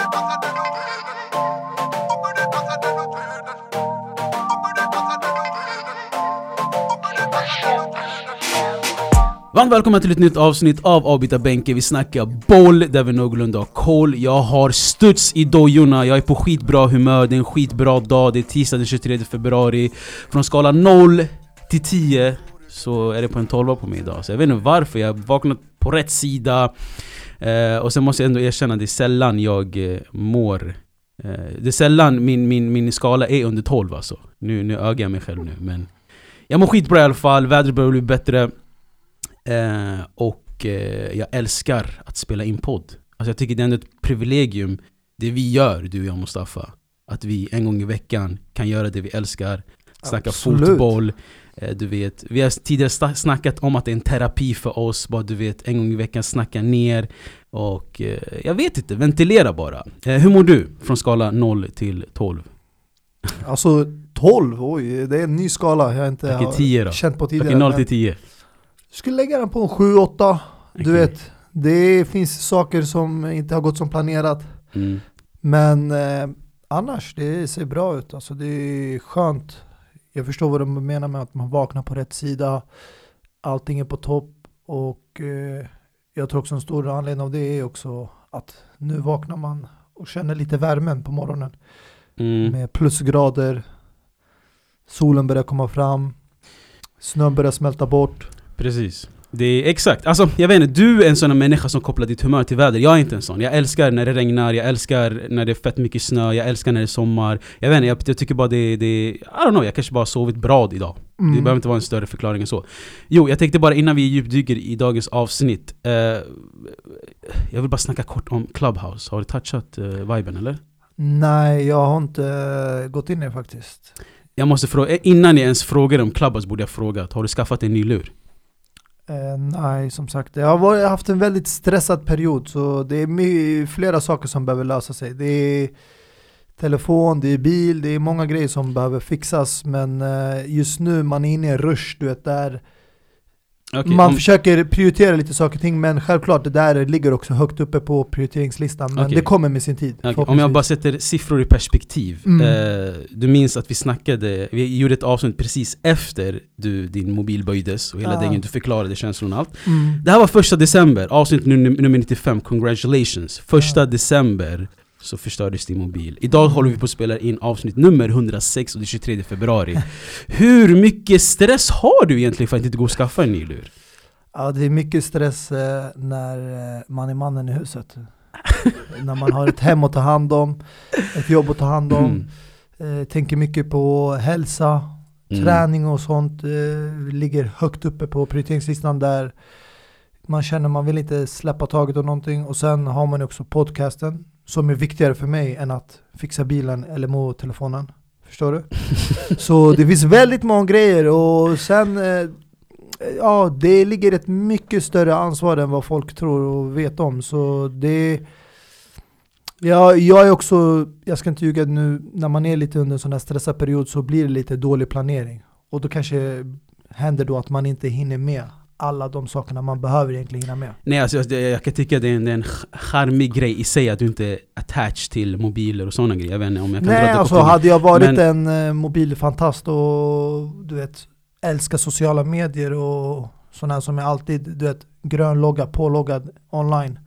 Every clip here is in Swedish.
Varmt välkommen till ett nytt avsnitt av Avbytarbänken. Vi snackar boll där vi någorlunda har koll. Jag har studs i dojorna. Jag är på skitbra humör. Det är en skitbra dag. Det är tisdag den 23 februari. Från skala 0 till 10 så är det på en 12 på mig idag. Så jag vet inte varför. Jag har vaknat på rätt sida. Och sen måste jag ändå erkänna att det är sällan jag mår. Det är sällan min skala är under 12 alltså. Nu ögar jag mig själv nu. Men jag mår skitbra i alla fall. Vädret börjar bli bättre. Och jag älskar att spela in podd. Alltså jag tycker det är ett privilegium det vi gör, du och jag Mustafa. Att vi en gång i veckan kan göra det vi älskar. Snacka fotboll. Du vet, vi har tidigare snackat om att det är en terapi för oss. Bara du vet, en gång i veckan snacka ner. Och jag vet inte, ventilera bara. Hur mår du från skala 0 till 12? Alltså 12, oj, det är en ny skala. Jag har inte 10 då. Känt på tidigare. 0 till 10. Jag skulle lägga den på en 7-8. Du vet, det finns saker som inte har gått som planerat. Men annars, det ser bra ut. Alltså, det är skönt. Jag förstår vad de menar med att man vaknar på rätt sida. Allting är på topp. Och jag tror också en stor anledning av det är också att nu vaknar man och känner lite värmen på morgonen. Med plusgrader. Solen börjar komma fram. Snön börjar smälta bort. Precis. Det är exakt. Alltså, jag vet inte, du är en sån människa som kopplar ditt humör till väder. Jag är inte en sån. Jag älskar när det regnar, jag älskar när det är fett mycket snö, jag älskar när det är sommar. Jag vet inte, jag tycker bara det I don't know, jag kanske bara sovit bra idag. Det behöver inte vara en större förklaring än så. Jo, jag tänkte bara innan vi djupdyker i dagens avsnitt. Jag vill bara snacka kort om Clubhouse. Har du touchat viben eller? Nej, jag har inte gått in i det faktiskt. Jag måste fråga, innan jag ens frågar om Clubhouse borde jag fråga, har du skaffat en ny lur? Nej, som sagt, jag har haft en väldigt stressad period, så det är flera saker som behöver lösa sig. Det är telefon, det är bil, det är många grejer som behöver fixas, men just nu man är inne i en rush, du vet, där man försöker prioritera lite saker och ting, men självklart det där ligger också högt uppe på prioriteringslistan, men det kommer med sin tid. Om jag bara sätter siffror i perspektiv. Du minns att vi gjorde ett avsnitt precis efter din mobil böjdes och hela dagen du förklarade känslorna och allt. Det här var 1 december, avsnitt nummer 95, congratulations. 1 december så förstördes din mobil. Idag håller vi på att spela in avsnitt nummer 106 och det är 23 februari. Hur mycket stress har du egentligen för att inte gå och skaffa en ny lur? Ja, det är mycket stress när man är mannen i huset. När man har ett hem att ta hand om, ett jobb att ta hand om. Tänker mycket på hälsa, träning och sånt. Ligger högt uppe på prioriteringslistan där man känner man vill inte släppa taget om någonting. Och sen har man också podcasten som är viktigare för mig än att fixa bilen eller mobiltelefonen. Förstår du? Så det finns väldigt många grejer. Och sen, det ligger ett mycket större ansvar än vad folk tror och vet om. Så det... jag är också, jag ska inte ljuga nu, när man är lite under en sån här stressad period så blir det lite dålig planering. Och då kanske händer då att man inte hinner med alla de sakerna man behöver egentligen hinna med. Nej, alltså, jag kan tycka det är en charmig grej i sig att du inte är attached till mobiler och sådana grejer. Jag vet inte om jag kan Nej, alltså hade jag varit en mobilfantast och du vet, älskar sociala medier och sådana som är alltid, du vet, grönloggad, påloggad online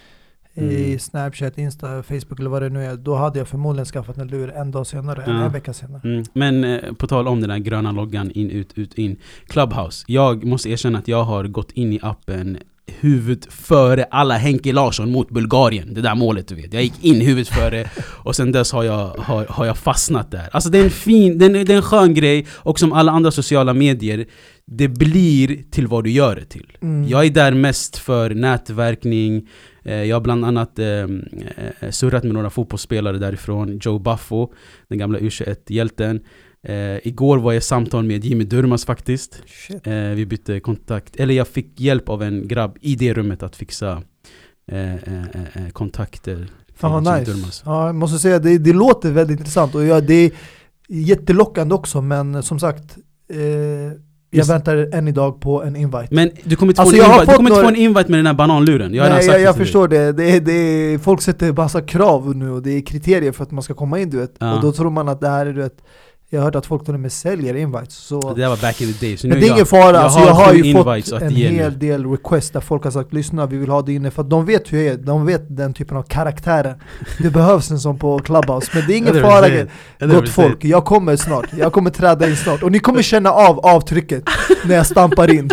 i Snapchat, Insta, Facebook eller vad det nu är, då hade jag förmodligen skaffat en lur en dag senare, en vecka senare. Men på tal om den där gröna loggan in Clubhouse, jag måste erkänna att jag har gått in i appen huvud före alla Henke Larsson mot Bulgarien, det där målet du vet. Jag gick in huvud före och sen dess har jag fastnat där. Alltså det är en skön grej, och som alla andra sociala medier, det blir till vad du gör det till. Jag är där mest för nätverkning. Jag har bland annat surrat med några fotbollsspelare därifrån. Joe Buffo, den gamla U21-hjälten. Igår var jag i samtal med Jimmy Durmaz faktiskt. Vi bytte kontakt. Eller jag fick hjälp av en grabb i det rummet att fixa kontakter. Fan vad nice. Ja, jag måste säga, det låter väldigt intressant. Och det är jättelockande också. Men som sagt, Jag väntar än idag på en invite. Men du kommer inte få en invite med den här bananluren. Jag förstår det. Det är, folk sätter massa krav nu och det är kriterier för att man ska komma in, du vet. Och då tror man att det här är, du vet, jag hörde att folk till och med säljer invites. Så det var back in the days. Men det är ingen fara. Jag har ju fått en hel del request där folk har sagt, lyssna, vi vill ha det inne. För att de vet hur jag är. De vet den typen av karaktärer. Det behövs en sån på Clubhouse. Men det är ingen fara, gott folk. Jag kommer snart. Jag kommer träda in snart. Och ni kommer känna av avtrycket när jag stampar in.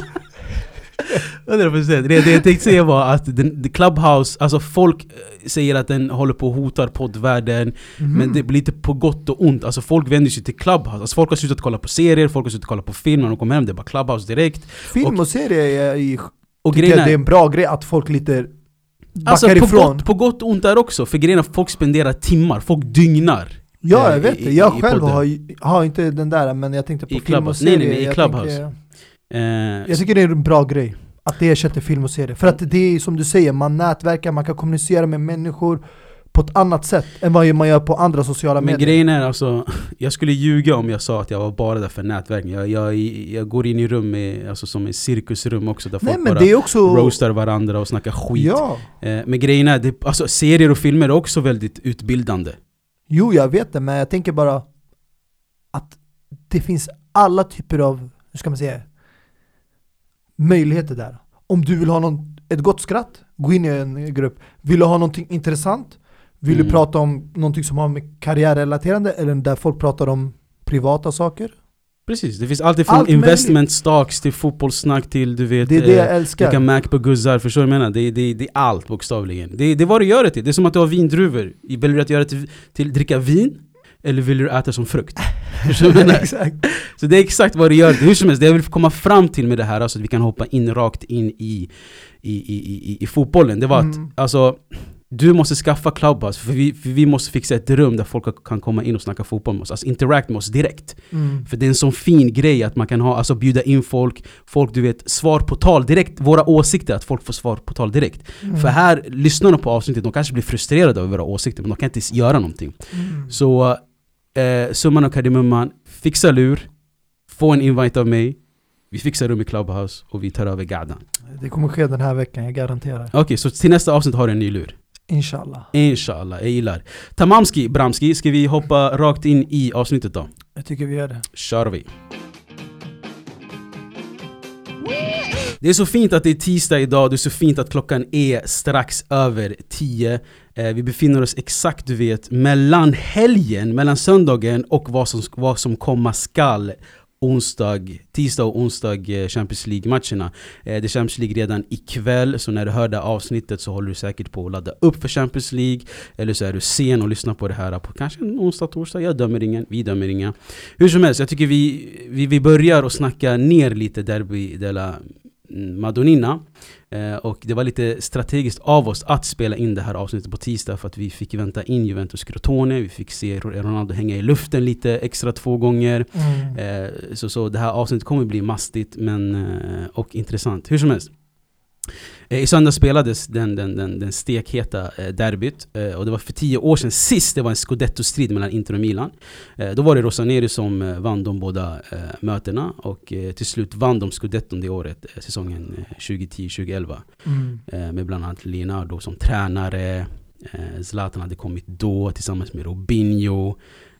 Det jag tänkte säga var att The Clubhouse, alltså folk säger att den håller på att hota poddvärlden, men det blir lite på gott och ont. Alltså folk vänder sig till Clubhouse. Alltså folk har slutat kolla på serier, folk har slutat kolla på film, när de kommer hem, det är bara Clubhouse direkt. Film och serier det är en bra grej att folk lite backar ifrån. På gott och ont där också, för grejen är att folk spenderar timmar, folk dygnar. Ja, jag vet det. Jag själv har inte den där, men jag tänkte på film och serier. Nej, i Clubhouse. Jag tycker det är en bra grej att det ersätter film och serier. För att det är som du säger, man nätverkar, man kan kommunicera med människor på ett annat sätt än vad man gör på andra sociala medier. Men grejen är alltså, jag skulle ljuga om jag sa att jag var bara där för nätverkning. Jag går in i rum med, alltså som ett cirkusrum också, där folk bara roastar varandra och snackar skit. Ja. Men grejen är, alltså, serier och filmer är också väldigt utbildande. Jo, jag vet det, men jag tänker bara att det finns alla typer av, hur ska man säga, möjligheter där. Om du vill ha ett gott skratt, gå in i en grupp. Vill du ha någonting intressant? Vill du prata om någonting som har med karriärrelaterande, eller där folk pratar om privata saker? Precis, det finns alltid från investment stocks till fotbollssnack till, du vet, det är det jag älskar. Du kan Mac på guzzar, förstår du vad jag menar? Det är allt bokstavligen. Det är vad du gör det till. Det är som att du har vindruvor. Väljer du att göra det till dricka vin, eller vill du äta som frukt? Exakt. Så det är exakt vad du gör. Hur som helst, det jag vill komma fram till med det här, så att vi kan hoppa in rakt in i fotbollen. Det var att alltså, du måste skaffa Clubhouse, för vi måste fixa ett rum där folk kan komma in och snacka fotboll med oss. Alltså interact med oss direkt. För det är en sån fin grej att man kan ha, alltså bjuda in folk, du vet, svar på tal direkt, våra åsikter, att folk får svar på tal direkt. För här, lyssnarna på avsnittet, de kanske blir frustrerade över våra åsikter, men de kan inte göra någonting. Så summan och kardemumman, fixa lur, få en invite av mig, vi fixar rum i Clubhouse och vi tar över gadan. Det kommer ske den här veckan, jag garanterar. Okej, så till nästa avsnitt har du en ny lur. Inshallah, jag gillar. Tamamski, Bramski, ska vi hoppa rakt in i avsnittet då? Jag tycker vi gör det. Kör vi. Det är så fint att det är tisdag idag. Det är så fint att klockan är strax över 10. Vi befinner oss exakt, du vet, mellan helgen, mellan söndagen och vad som komma skall. Tisdag och onsdag Champions League-matcherna. Det är Champions League redan ikväll, så när du hör det avsnittet så håller du säkert på att ladda upp för Champions League, eller så är du sen och lyssnar på det här på kanske en onsdag, torsdag. Jag dömer ingen, vi dömer inga. Hur som helst, jag tycker vi börjar och snacka ner lite Derby della Madonnina. Och det var lite strategiskt av oss att spela in det här avsnittet på tisdag, för att vi fick vänta in Juventus Crotone, vi fick se Ronaldo hänga i luften lite extra 2 gånger. Så det här avsnittet kommer bli mastigt och intressant. Hur som helst, i söndag spelades den stekheta derbyt, och det var för 10 år sedan sist det var en Scudetto-strid mellan Inter och Milan. Då var det Rossoneri som vann de båda mötena, och till slut vann de Scudetton det året, säsongen 2010-2011, med bland annat Leonardo som tränare. Zlatan hade kommit då tillsammans med Robinho.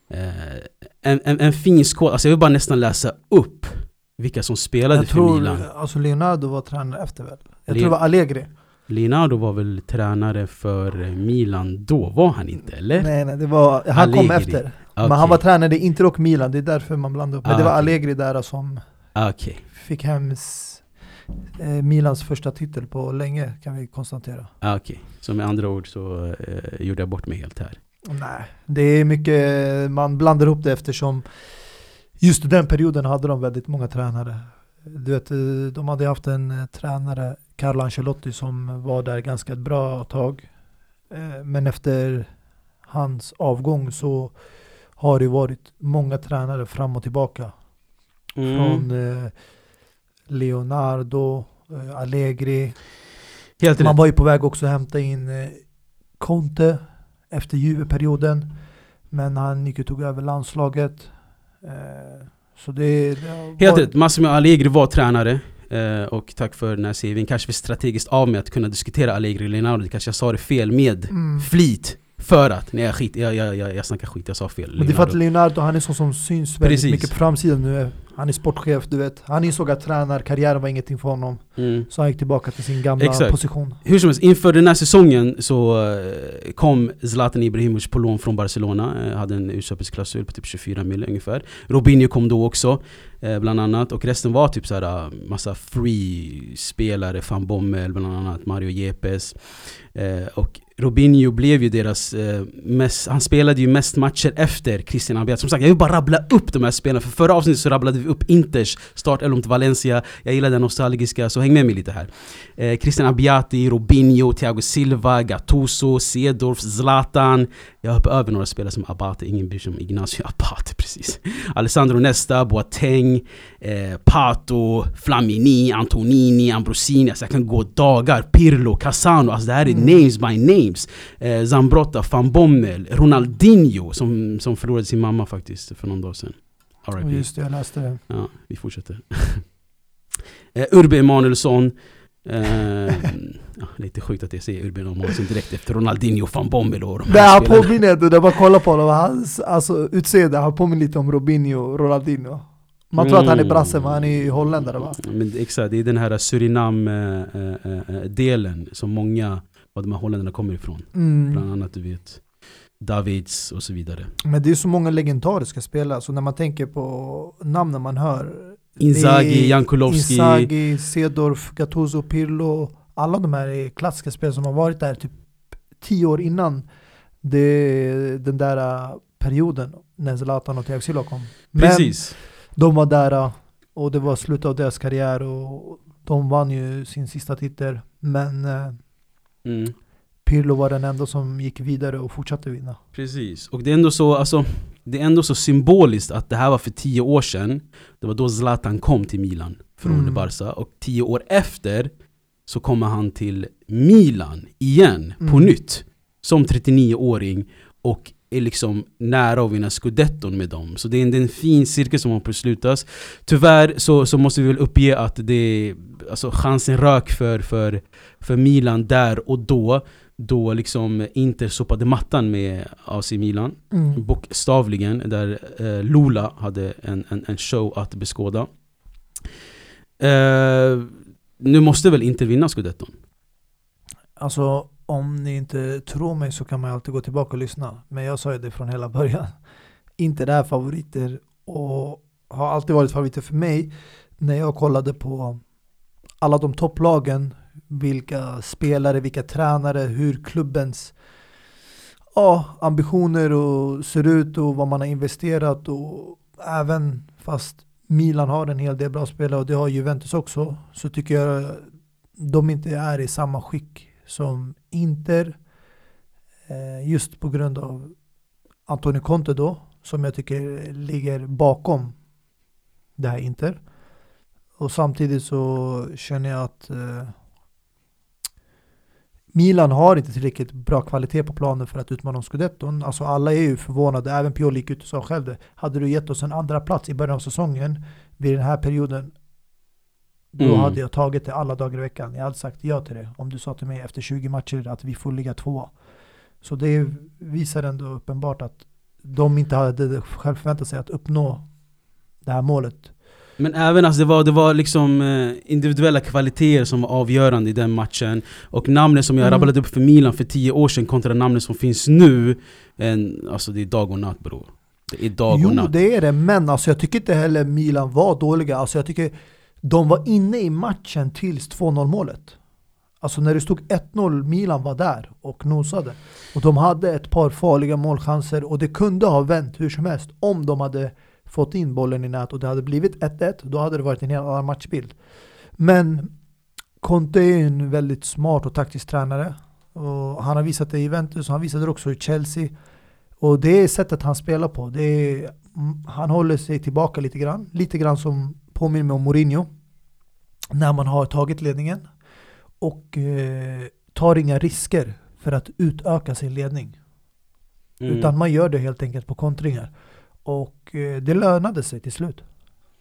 En fin skål. Alltså jag vill bara nästan läsa upp vilka som spelade för Milan. Alltså Leonardo var tränare efter väl? Jag tror det var Allegri. Leonardo var väl tränare för Milan då, var han inte, eller? Nej, det var, han Allegri kom efter. Okay. Men han var tränare i Inter och Milan, det är därför man blandade upp. Men det var Allegri där som fick hem Milans första titel på länge, kan vi konstatera. Okej, så med andra ord så gjorde jag bort mig helt här. Nej, det är mycket, man blandar ihop det eftersom just den perioden hade de väldigt många tränare. Du vet, de hade haft en tränare, Carlo Ancelotti, som var där ganska ett bra tag. Men efter hans avgång så har det varit många tränare fram och tillbaka. Från Leonardo, Allegri. Man var ju på väg också att hämta in Conte efter Juve-perioden. Men han gick och tog över landslaget. Så det helt rätt, Massimo Allegri var tränare. Och tack för den här CV:n. Kanske vi strategiskt av med att kunna diskutera Allegri och Leonardo. Kanske jag sa det fel med flit. För att, nej jag snackar skit, jag sa fel. Men det är för att Leonardo, han är så som syns väldigt mycket på framsidan nu. Han är sportchef, du vet. Han insåg att tränarkarriären var ingenting för honom. Så han gick tillbaka till sin gamla position. Hur som helst, inför den här säsongen så kom Zlatan Ibrahimovic på lån från Barcelona. Hade en utköpsklausul på typ 24 miljoner ungefär. Robinho kom då också, bland annat. Och resten var typ såhär massa free-spelare. Van Bommel, bland annat Mario Yepes. Och Robinho blev ju deras han spelade ju mest matcher efter Christian Abiat. Som sagt, jag vill bara rabbla upp de här spelarna. För förra avsnittet så rabblade vi upp Inters startelva mot Valencia. Jag gillar den nostalgiska, så häng med mig lite här. Christian Abiati, Robinho, Thiago Silva, Gattuso, Seedorf, Zlatan. Jag hoppar över några spelare som Abate. Ingen bryr sig om Ignacio Abate, precis. Alessandro Nesta, Boateng, Pato, Flamini, Antonini, Ambrosini. Alltså jag kan gå dagar. Pirlo, Cassano. Alltså det här är names by names. Zambrotta, Van Bommel, Ronaldinho som förlorade sin mamma faktiskt för någon dag sedan. R.I.P. Just det, jag läste det. Ja, vi fortsätter. Urbe Emanuelsson. Lite sjukt att jag säger Urbe Emanuelsson direkt efter Ronaldinho, Van Bommel och de här. Det här påminner, när man kollar på honom, hans utseende, han påminner lite om Robinho och Ronaldinho. Man tror att han är brasse, men han är holländare, va? Men exakt, det är den här Surinam-delen som många av de här holländarna kommer ifrån. Bland annat, du vet, Davids och så vidare. Men det är så många legendariska spelare, så när man tänker på namnen man hör, Inzaghi, Jankulovski, Inzaghi, Seedorf, Gattuso, Pirlo, alla de här är klassiska spelare som har varit där typ 10 år innan den där perioden när Zlatan och Thiago Silva kom. Precis. Men de var där och det var slutet av deras karriär och de vann ju sin sista titel, men Pirlo var den enda som gick vidare och fortsatte vinna. Precis. Och det är ändå så, alltså, det är ändå så symboliskt att det här var för 10 år sedan. Det var då Zlatan kom till Milan från Barca. Och 10 år efter så kommer han till Milan igen på nytt som 39-åring och är liksom nära att vinna Scudetton med dem. Så det är en fin cirkel som har beslutats. Tyvärr så måste vi väl uppge att det, alltså chansen rök för Milan där och då liksom Inter sopade mattan med AC Milan. Bokstavligen, där Lula hade en show att beskåda. Nu måste väl Inter vinna Scudetton? Alltså, om ni inte tror mig så kan man alltid gå tillbaka och lyssna. Men jag sa ju det från hela början. Inter är favoriter och har alltid varit favoriter för mig. När jag kollade på alla de topplagen, vilka spelare, vilka tränare, hur klubbens ambitioner och ser ut och vad man har investerat, och även fast Milan har en hel del bra spelare och det har Juventus också, så tycker jag de inte är i samma skick som Inter, just på grund av Antonio Conte då, som jag tycker ligger bakom det här Inter. Och samtidigt så känner jag att Milan har inte tillräckligt bra kvalitet på planen för att utmana om Scudetton. Alltså alla är ju förvånade, även Pioli gick ut och sa själv det. Hade du gett oss en andra plats i början av säsongen vid den här perioden, då hade jag tagit det alla dagar i veckan. Jag hade sagt ja till det om du sa till mig efter 20 matcher att vi får ligga 2. Så det visar ändå uppenbart att de inte hade själv förväntat sig att uppnå det här målet. Men även alltså det var liksom individuella kvaliteter som var avgörande i den matchen. Och namnet som jag rabblade upp för Milan för 10 år sedan kontra namnet som finns nu, alltså det är dag och natt, bror. Det är dag och natt. Jo, det är det, men alltså jag tycker inte heller Milan var dåliga. Alltså jag tycker de var inne i matchen tills 2-0 målet. Alltså när det stod 1-0, Milan var där och nosade. Och de hade ett par farliga målchanser och det kunde ha vänt hur som helst om de hade fått in bollen i nät och det hade blivit 1-1, då hade det varit en helt annan matchbild. Men Conte är en väldigt smart och taktisk tränare. Och han har visat det i Juventus och han visade det också i Chelsea. Och det är sättet han spelar på. Han håller sig tillbaka lite grann. Lite grann som påminner mig om Mourinho. När man har tagit ledningen. Och tar inga risker för att utöka sin ledning. Utan man gör det helt enkelt på kontringar. Och det lönade sig till slut.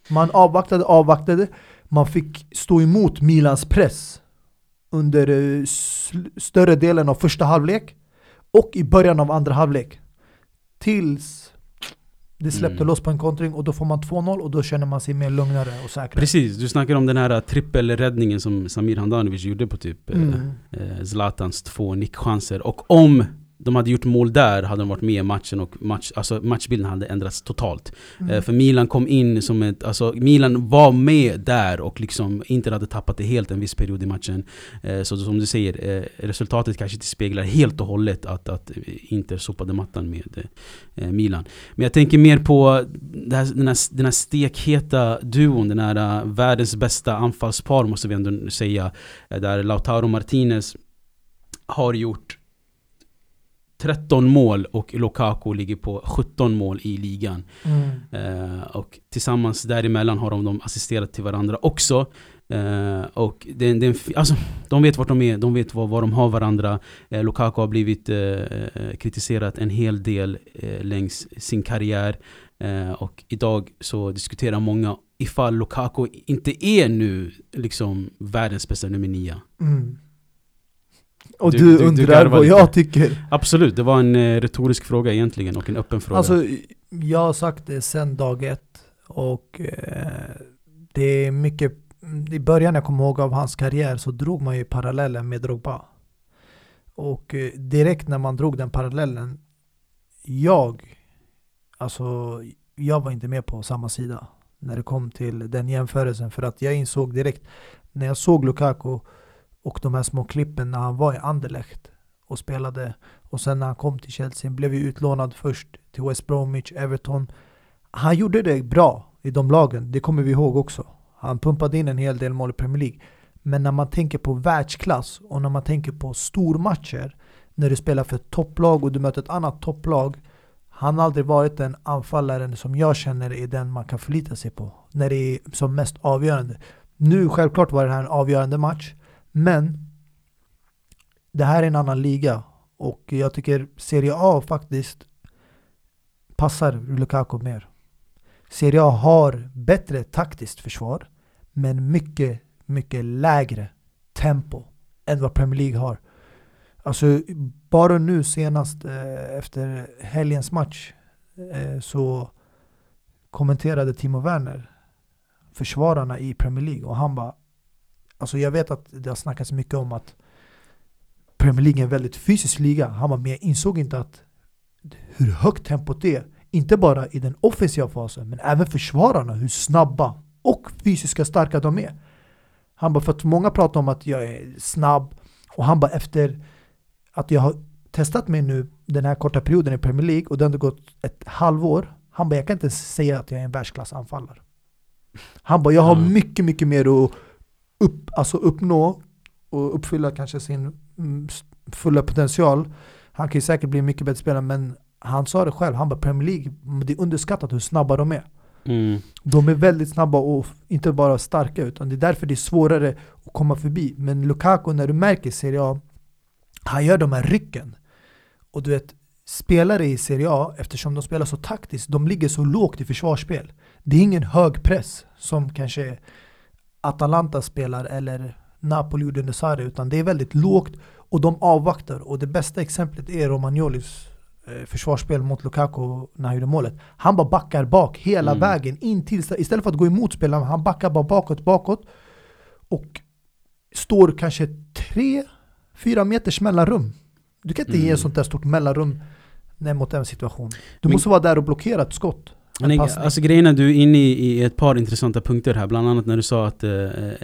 Man avvaktade. Man fick stå emot Milans press under större delen av första halvlek och i början av andra halvlek. Tills det släppte loss på en kontring och då får man 2-0 och då känner man sig mer lugnare och säkrare. Precis, du snackar om den här trippelräddningen som Samir Handanovic gjorde på typ Zlatans 2 nickchanser. Och om de hade gjort mål där hade de varit med i matchen och matchbilden hade ändrats totalt. För Milan kom in som Milan var med där och liksom inte hade tappat det helt en viss period i matchen. Så som du säger, resultatet kanske inte speglar helt och hållet att Inter sopade mattan med Milan. Men jag tänker mer på den här stekheta duon, den här världens bästa anfallspar måste vi ändå säga, där Lautaro Martinez har gjort 13 mål och Lukaku ligger på 17 mål i ligan. Och tillsammans däremellan har de assisterat till varandra också. Och de vet vart de är, de vet vad de har varandra. Lukaku har blivit kritiserat en hel del längs sin karriär. Och idag så diskuterar många ifall Lukaku inte är nu liksom världens bästa nummer 9. Och du undrar vad jag tycker. Absolut, det var en retorisk fråga egentligen och en öppen fråga. Alltså, jag har sagt det sedan dag ett och det är mycket, i början jag kommer ihåg av hans karriär så drog man ju parallellen med Drogba. Och direkt när man drog den parallellen, jag var inte med på samma sida när det kom till den jämförelsen, för att jag insåg direkt när jag såg Lukaku och de här små klippen när han var i Anderlecht och spelade, och sen när han kom till Chelsea blev ju utlånad först till West Bromwich, Everton. Han gjorde det bra i de lagen, det kommer vi ihåg också. Han pumpade in en hel del mål i Premier League. Men när man tänker på världsklass och när man tänker på stormatcher, när du spelar för ett topplag och du möter ett annat topplag, han har aldrig varit den anfallaren som jag känner är den man kan förlita sig på när det är som mest avgörande. Nu självklart var det här en avgörande match, men det här är en annan liga och jag tycker Serie A faktiskt passar Lukaku mer. Serie A har bättre taktiskt försvar men mycket, mycket lägre tempo än vad Premier League har. Alltså bara nu senast efter helgens match så kommenterade Timo Werner försvararna i Premier League och han bara, alltså jag vet att det har snackats mycket om att Premier League är en väldigt fysisk liga. Han var med, insåg inte att hur högt tempot är, inte bara i den offensiva fasen men även försvararna, hur snabba och fysiska starka de är. Han bara, för att många pratar om att jag är snabb, och han bara, efter att jag har testat mig nu den här korta perioden i Premier League och det har gått ett halvår, han bara, jag kan inte säga att jag är en världsklassanfallare. Han bara, jag har mycket, mycket mer att uppnå och uppfylla kanske sin fulla potential. Han kan ju säkert bli mycket bättre spelare, men han sa det själv, han bara, Premier League, det är underskattat hur snabba de är. De är väldigt snabba och inte bara starka, utan det är därför det är svårare att komma förbi. Men Lukaku, när du märker Serie A, han gör de här rycken. Och du vet, spelare i Serie A, eftersom de spelar så taktiskt, de ligger så lågt i försvarsspel. Det är ingen hög press som kanske Atalanta spelar eller Napoli gjorde under Sarri, utan det är väldigt lågt och de avvaktar. Och det bästa exemplet är Romagnolis försvarsspel mot Lukaku när han gjorde målet. Han bara backar bak hela vägen in till, istället för att gå emot spelaren, han backar bara bakåt och står kanske 3-4 meters mellanrum. Du kan inte ge sånt där stort mellanrum mot en situation. Du måste vara där och blockera ett skott. Alltså grejen är, du är inne i ett par intressanta punkter här. Bland annat när du sa att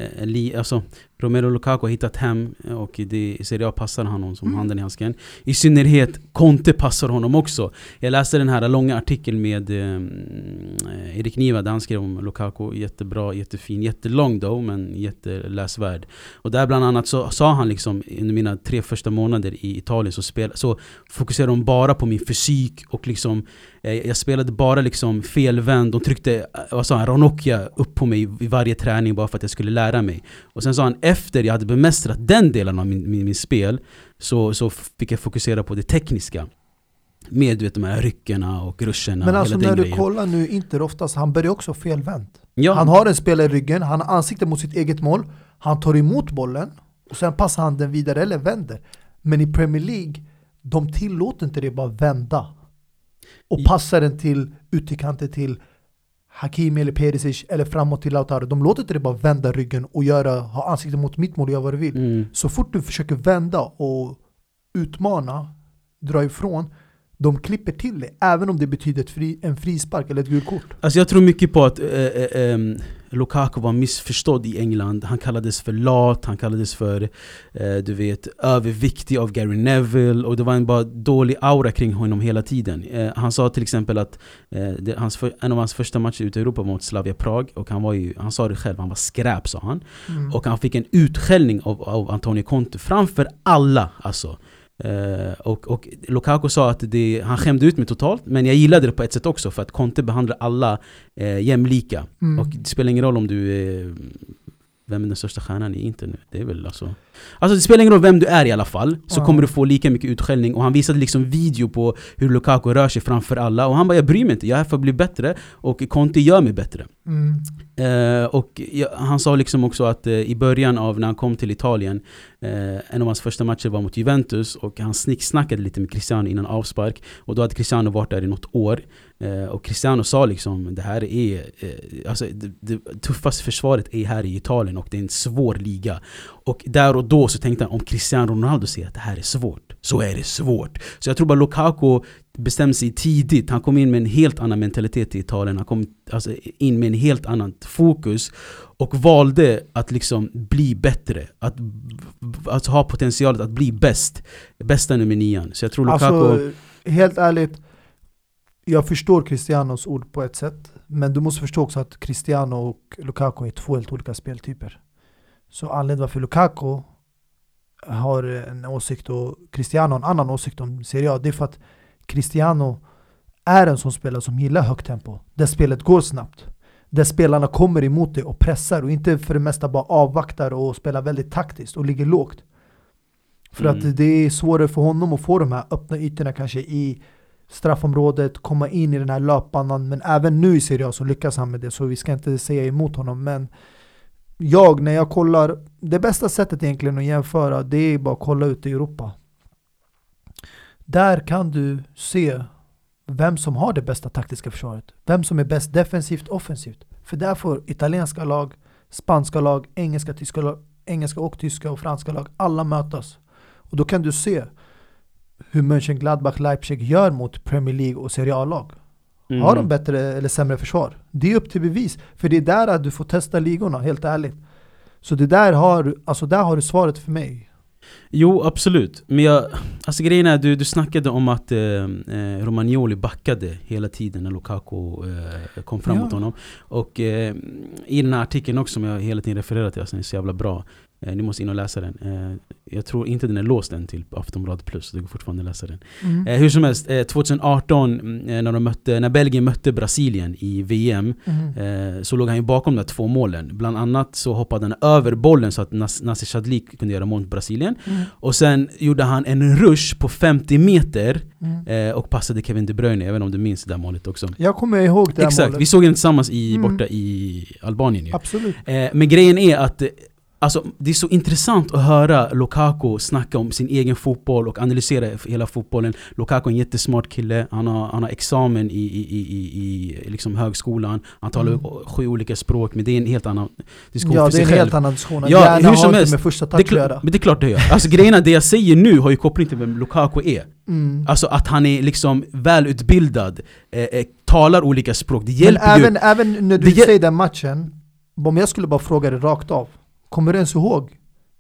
Romelu Lukaku har hittat hem och i Serie A passar honom som handen i handsken. I synnerhet Conte passar honom också. Jag läste den här långa artikeln med Erik Niva där han skrev om Lukaku. Jättebra, jättefin, jättelång då, men jätteläsvärd. Och där bland annat så sa han liksom, under mina 3 första månader i Italien så fokuserade de bara på min fysik och liksom jag spelade bara liksom felvänd. De tryckte Ranocchia upp på mig i varje träning bara för att jag skulle lära mig. Och sen sa han, efter jag hade bemästrat den delen av min spel så fick jag fokusera på det tekniska. med, du vet, de här ryckerna och ruscherna. Men alltså hela när den du grejen. kollar nu, inte oftast, han börjar också felvänt. Ja. Han har en spelare i ryggen, han har ansiktet mot sitt eget mål, han tar emot bollen och sen passar han den vidare eller vänder. Men i Premier League, de tillåter inte det bara vända. Och passar den till ut till kanten till Hakimi eller Perisic eller framåt till Lautaro. De låter inte det bara vända ryggen och ha ansiktet mot mitt mål och göra vad du vill. Så fort du försöker vända och utmana, dra ifrån, de klipper till det, även om det betyder en frispark eller ett gult kort. Alltså jag tror mycket på att Lukaku var missförstådd i England. Han kallades för lat, han kallades för du vet, överviktig av Gary Neville, och det var en bara dålig aura kring honom hela tiden. Han sa till exempel att en av hans första matcher ute i Europa var mot Slavia Prag, och han sa det själv, han var skräp, sa han. Och han fick en utskällning av Antonio Conte framför alla, alltså. Och Lukaku sa att han skämde ut mig totalt, men jag gillade det på ett sätt också, för att Conte behandlar alla jämlika. Och det spelar ingen roll om du är vem är den största stjärnan i Inter nu. Det är väl alltså det spelar ingen roll vem du är i alla fall, så kommer du få lika mycket utskällning. Och han visade liksom video på hur Lukaku rör sig framför alla, och han bara, jag bryr mig inte, jag är här för att bli bättre, och Conte gör mig bättre. Han sa liksom också att i början av när han kom till Italien, en av hans första matcher var mot Juventus, och han snackade lite med Cristiano innan avspark, och då hade Cristiano varit där i något år, och Cristiano sa liksom, det här är alltså det tuffaste försvaret är här i Italien, och det är en svår liga. Och där och då så tänkte han, om Cristiano Ronaldo säger att det här är svårt, så är det svårt. Så jag tror bara Lukaku bestämde sig tidigt. Han kom in med en helt annan mentalitet i Italien. Han kom in med en helt annan fokus och valde att liksom bli bättre. Att ha potentialet att bli bästa nummer 9. Så jag tror Lukaku... Alltså, helt ärligt, jag förstår Cristianos ord på ett sätt, men du måste förstå också att Cristiano och Lukaku är två helt olika speltyper. Så anledningen varför Lukaku har en åsikt och Cristiano en annan åsikt om Serie A, det är för att Cristiano är en sån spelare som gillar högt tempo, där spelet går snabbt, där spelarna kommer emot det och pressar, och inte för det mesta bara avvaktar och spelar väldigt taktiskt och ligger lågt. För att det är svårare för honom att få de här öppna ytorna kanske i straffområdet, komma in i den här löpbanan, men även nu i Serie A så lyckas han med det, så vi ska inte säga emot honom. Men när jag kollar, det bästa sättet egentligen att jämföra, det är bara att kolla ut i Europa. Där kan du se vem som har det bästa taktiska försvaret, vem som är bäst defensivt, offensivt. För där får italienska lag, spanska lag, engelska och tyska och franska lag alla mötas. Och då kan du se hur Mönchengladbach, Leipzig gör mot Premier League och Serie A-lag. Har de bättre eller sämre försvar? Det är upp till bevis. För det är där att du får testa ligorna, helt ärligt. Så det där har du svaret för mig. Jo, absolut. Men grejen är, du snackade om att Romagnoli backade hela tiden när Lukaku kom fram mot honom. Och i den här artikeln också, som jag hela tiden refererar till, den är så jävla bra. Ni måste in och läsa den. Jag tror inte den är låst än till Aftonbladet Plus, så det går fortfarande att läsa den. Hur som helst, 2018 när Belgien mötte Brasilien i VM, så låg han ju bakom de 2 målen. Bland annat så hoppade han över bollen så att Nacer Chadli kunde göra mål mot Brasilien. Och sen gjorde han en rush på 50 meter och passade Kevin De Bruyne, även om du minns det där målet också. Jag kommer ihåg det här Exakt, målet. vi såg den tillsammans borta i Albanien ju. Absolut. Men grejen är att det är så intressant att höra Lukaku snacka om sin egen fotboll och analysera hela fotbollen. Lukaku är en jättesmart kille. Han har examen i liksom högskolan. Han talar 7 olika språk, men det är en helt annan diskussion. Ja, för sig det är en själv. helt annan diskussion. Ja, hur som helst. helst. Med första tack Men det är klart det gör. Alltså grejerna, det jag säger nu har ju koppling till vem Lukaku är. Alltså att han är liksom välutbildad, talar olika språk. Det hjälper men även när du säger den matchen, om jag skulle bara fråga det rakt av, kommer du ens ihåg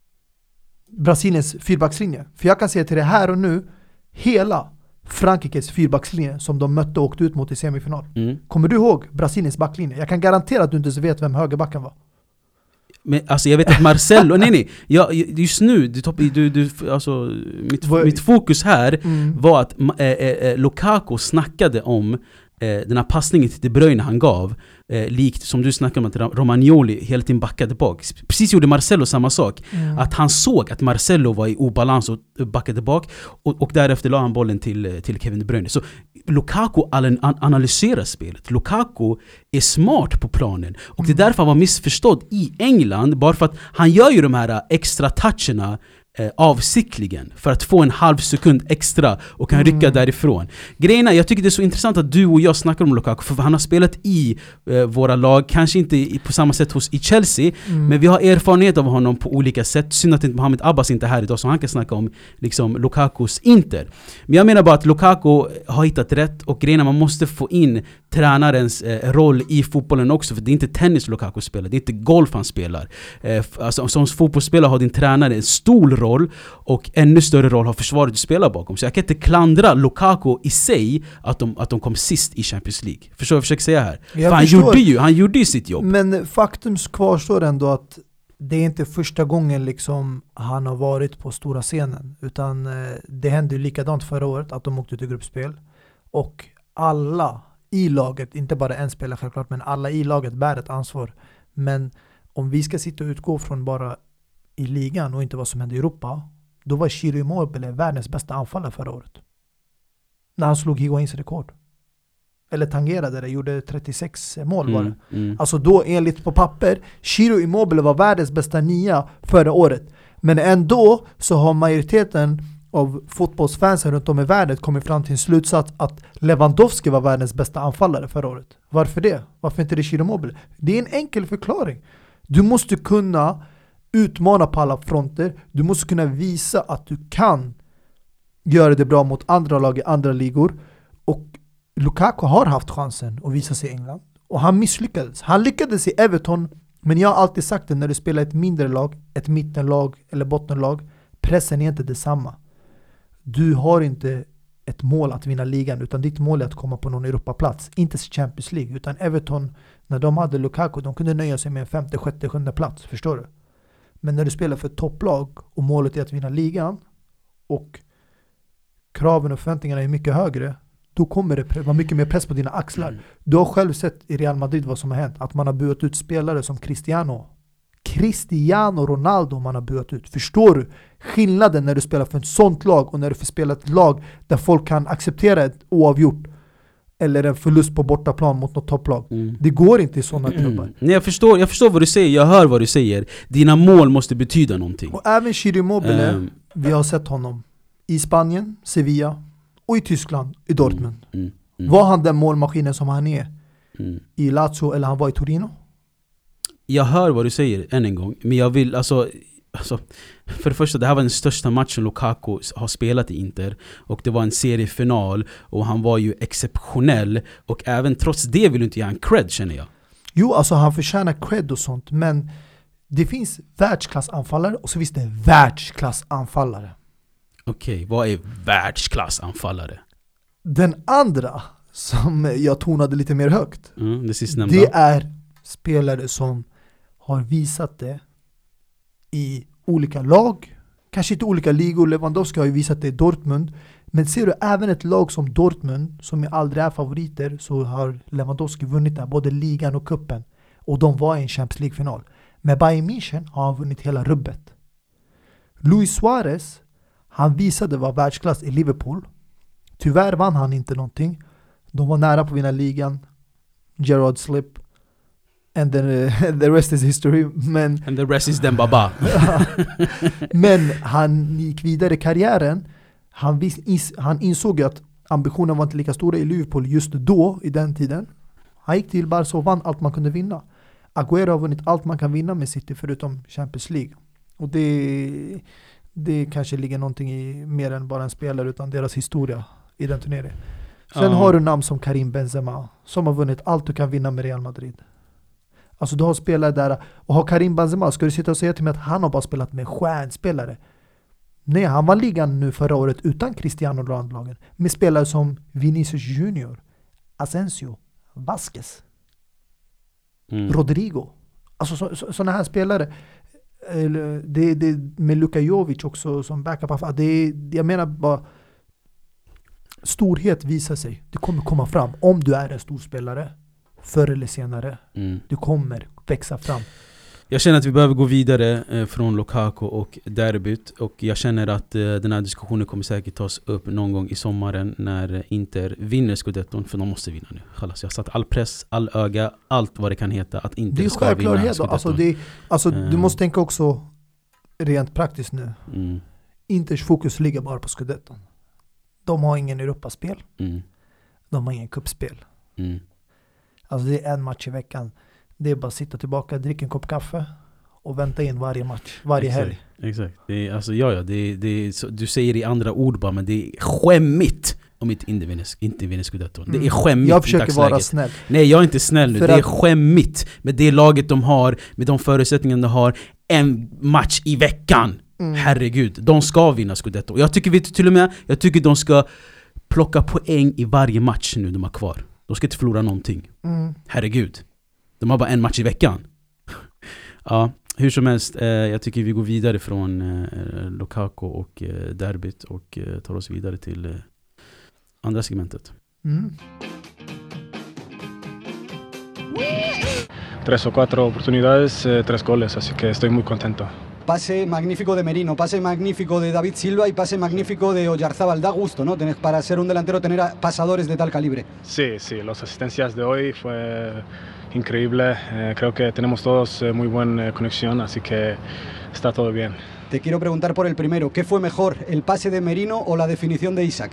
Brasiliens fyrbackslinje? För jag kan säga till det här och nu, hela Frankrikes fyrbackslinje som de mötte och åkte ut mot i semifinal. Kommer du ihåg Brasiliens backlinje? Jag kan garantera att du inte vet vem högerbacken var. Men alltså jag vet att Marcelo, nej. Just nu mitt fokus här var att Lukaku snackade om den här passningen till De Bruyne han gav, likt som du snackade om att Romagnoli hela tiden backade bak. Precis gjorde Marcelo samma sak. Att han såg att Marcelo var i obalans och backade bak, och därefter la han bollen till Kevin De Bruyne. Så Lukaku analyserar spelet. Lukaku är smart på planen, och det är därför han var missförstådd i England, bara för att han gör ju de här extra toucherna avsiktligen för att få en halv sekund extra och kan rycka därifrån. Grejerna, jag tycker det är så intressant att du och jag snackar om Lukaku, för han har spelat i våra lag, kanske inte på samma sätt i Chelsea, men vi har erfarenhet av honom på olika sätt. Synd att Mohamed Abbas inte är här idag så han kan snacka om liksom Lukakus Inter. Men jag menar bara att Lukaku har hittat rätt, och grejerna, man måste få in tränarens roll i fotbollen också, för det är inte tennis Lukaku spelar, det är inte golf han spelar. Alltså, som fotbollsspelare har din tränare en stor roll, och ännu större roll har försvaret du spelar bakom. Så jag kan inte klandra Lukaku i sig att de kom sist i Champions League. Förstår jag försöker säga här? För han gjorde ju sitt jobb. Men faktum kvarstår ändå att det är inte första gången liksom han har varit på stora scenen, utan det hände ju likadant förra året att de åkte till gruppspel, och alla i laget, inte bara en spelare självklart, men alla i laget bär ett ansvar. Men om vi ska sitta och utgå från bara i ligan och inte vad som hände i Europa, då var Ciro Immobile världens bästa anfallare förra året. När han slog Higuains rekord. Eller tangerade det, gjorde 36 mål var det. Alltså då enligt på papper, Ciro Immobile var världens bästa nia förra året. Men ändå så har majoriteten av fotbollsfansen runt om i världen kommit fram till en slutsats att Lewandowski var världens bästa anfallare förra året. Varför det? Varför inte det Ciro Immobile? Det är en enkel förklaring. Du måste kunna utmana på alla fronter. Du måste kunna visa att du kan göra det bra mot andra lag i andra ligor. Och Lukaku har haft chansen att visa sig i England, och han misslyckades. Han lyckades i Everton, men jag har alltid sagt det, när du spelar ett mindre lag, ett mittenlag eller bottenlag, pressen är inte detsamma. Du har inte ett mål att vinna ligan, utan ditt mål är att komma på någon Europaplats, inte Champions League. Utan Everton, när de hade Lukaku, de kunde nöja sig med en 5:e, 6:e, 7:e plats, förstår du? Men när du spelar för ett topplag och målet är att vinna ligan och kraven och förväntningarna är mycket högre, då kommer det vara mycket mer press på dina axlar. Du har själv sett i Real Madrid vad som har hänt. Att man har buat ut spelare som Cristiano Ronaldo man har buat ut. Förstår du skillnaden när du spelar för ett sånt lag och när du får spela ett lag där folk kan acceptera ett oavgjort eller en förlust på bortaplan mot något topplag. Det går inte i sådana klubbar. Nej, jag förstår vad du säger. Jag hör vad du säger. Dina mål måste betyda någonting. Och även Ciro Immobile, vi har sett honom i Spanien, Sevilla och i Tyskland, i Dortmund. Var han den målmaskinen som han är i Lazio, eller han var i Torino? Jag hör vad du säger än en gång, men jag vill alltså för det första, det här var den största matchen Lukaku har spelat i Inter, och det var en seriefinal och han var ju exceptionell, och även trots det vill du inte ge han cred, känner jag. Jo, alltså han förtjänar cred och sånt, men det finns världsklassanfallare och så finns det världsklassanfallare. Okej, vad är världsklassanfallare? Den andra som jag tonade lite mer högt, det är spelare som har visat det i olika lag, kanske inte olika ligor. Lewandowski har ju visat det i Dortmund, men ser du även ett lag som Dortmund som aldrig är favoriter, så har Lewandowski vunnit där, både ligan och kuppen, och de var i en Champions League-final. Med Bayern München har han vunnit hela rubbet. Luis Suarez, han visade vad världsklass i Liverpool. Tyvärr vann han inte någonting. De var nära på att vinna ligan. Gerrard slip. And then, the rest is history. And the rest is Dembaba. Men han gick vidare i karriären. Han insåg att ambitionen var inte lika stora i Liverpool just då, i den tiden. Han gick till Barca och vann allt man kunde vinna. Agüero har vunnit allt man kan vinna med City förutom Champions League. Och det kanske ligger någonting i mer än bara en spelare, utan deras historia i den turneringen. Sen har du namn som Karim Benzema, som har vunnit allt du kan vinna med Real Madrid. Alltså du har spelare där, och har Karim Benzema, ska du sitta och säga till mig att han har bara spelat med stjärnspelare? Nej, han var ligan nu förra året utan Cristiano Ronaldo, med spelare som Vinicius Junior, Asensio, Vasquez, Rodrigo. Alltså sådana här spelare. Det med Luka Jovic också som backup. Jag menar bara, storhet visar sig. Det kommer komma fram. Om du är en stor spelare, förr eller senare, du kommer växa fram. Jag känner att vi behöver gå vidare från Lukaku och derbyt. Och jag känner att den här diskussionen kommer säkert tas upp någon gång i sommaren när Inter vinner Scudetton. För de måste vinna nu. Jag har satt all press, all öga, allt vad det kan heta att Inter ska vinna Scudetton. Du måste tänka också rent praktiskt nu. Inters fokus ligger bara på Scudetton. De har ingen Europaspel. De har ingen cupspel. Alltså det är en match i veckan. Det är bara att sitta tillbaka, dricka en kopp kaffe och vänta in varje match, varje helg. Exakt. Det är, alltså, du säger i andra ord bara, men det är skämmigt om inte vinner Scudetton. Det är skämmigt. Jag försöker vara snäll. Nej, jag är inte snäll nu. Det är skämmigt med det laget de har, med de förutsättningarna de har. En match i veckan. Herregud, de ska vinna Scudetton. Jag tycker de ska plocka poäng i varje match nu de har kvar. De ska inte förlora någonting. Herregud. De har bara en match i veckan. Ja, hur som helst, jag tycker vi går vidare från Lukaku och derbyt och tar oss vidare till andra segmentet. 3 o 4 oportunidades, 3 goles, así que estoy muy contento. Pase magnífico de Merino, pase magnífico de David Silva y pase magnífico de Oyarzábal. Da gusto, ¿no? Para ser un delantero tener pasadores de tal calibre. Sí, las asistencias de hoy fue increíble. Creo que tenemos todos muy buena conexión, así que está todo bien. Te quiero preguntar por el primero. ¿Qué fue mejor, el pase de Merino o la definición de Isaac?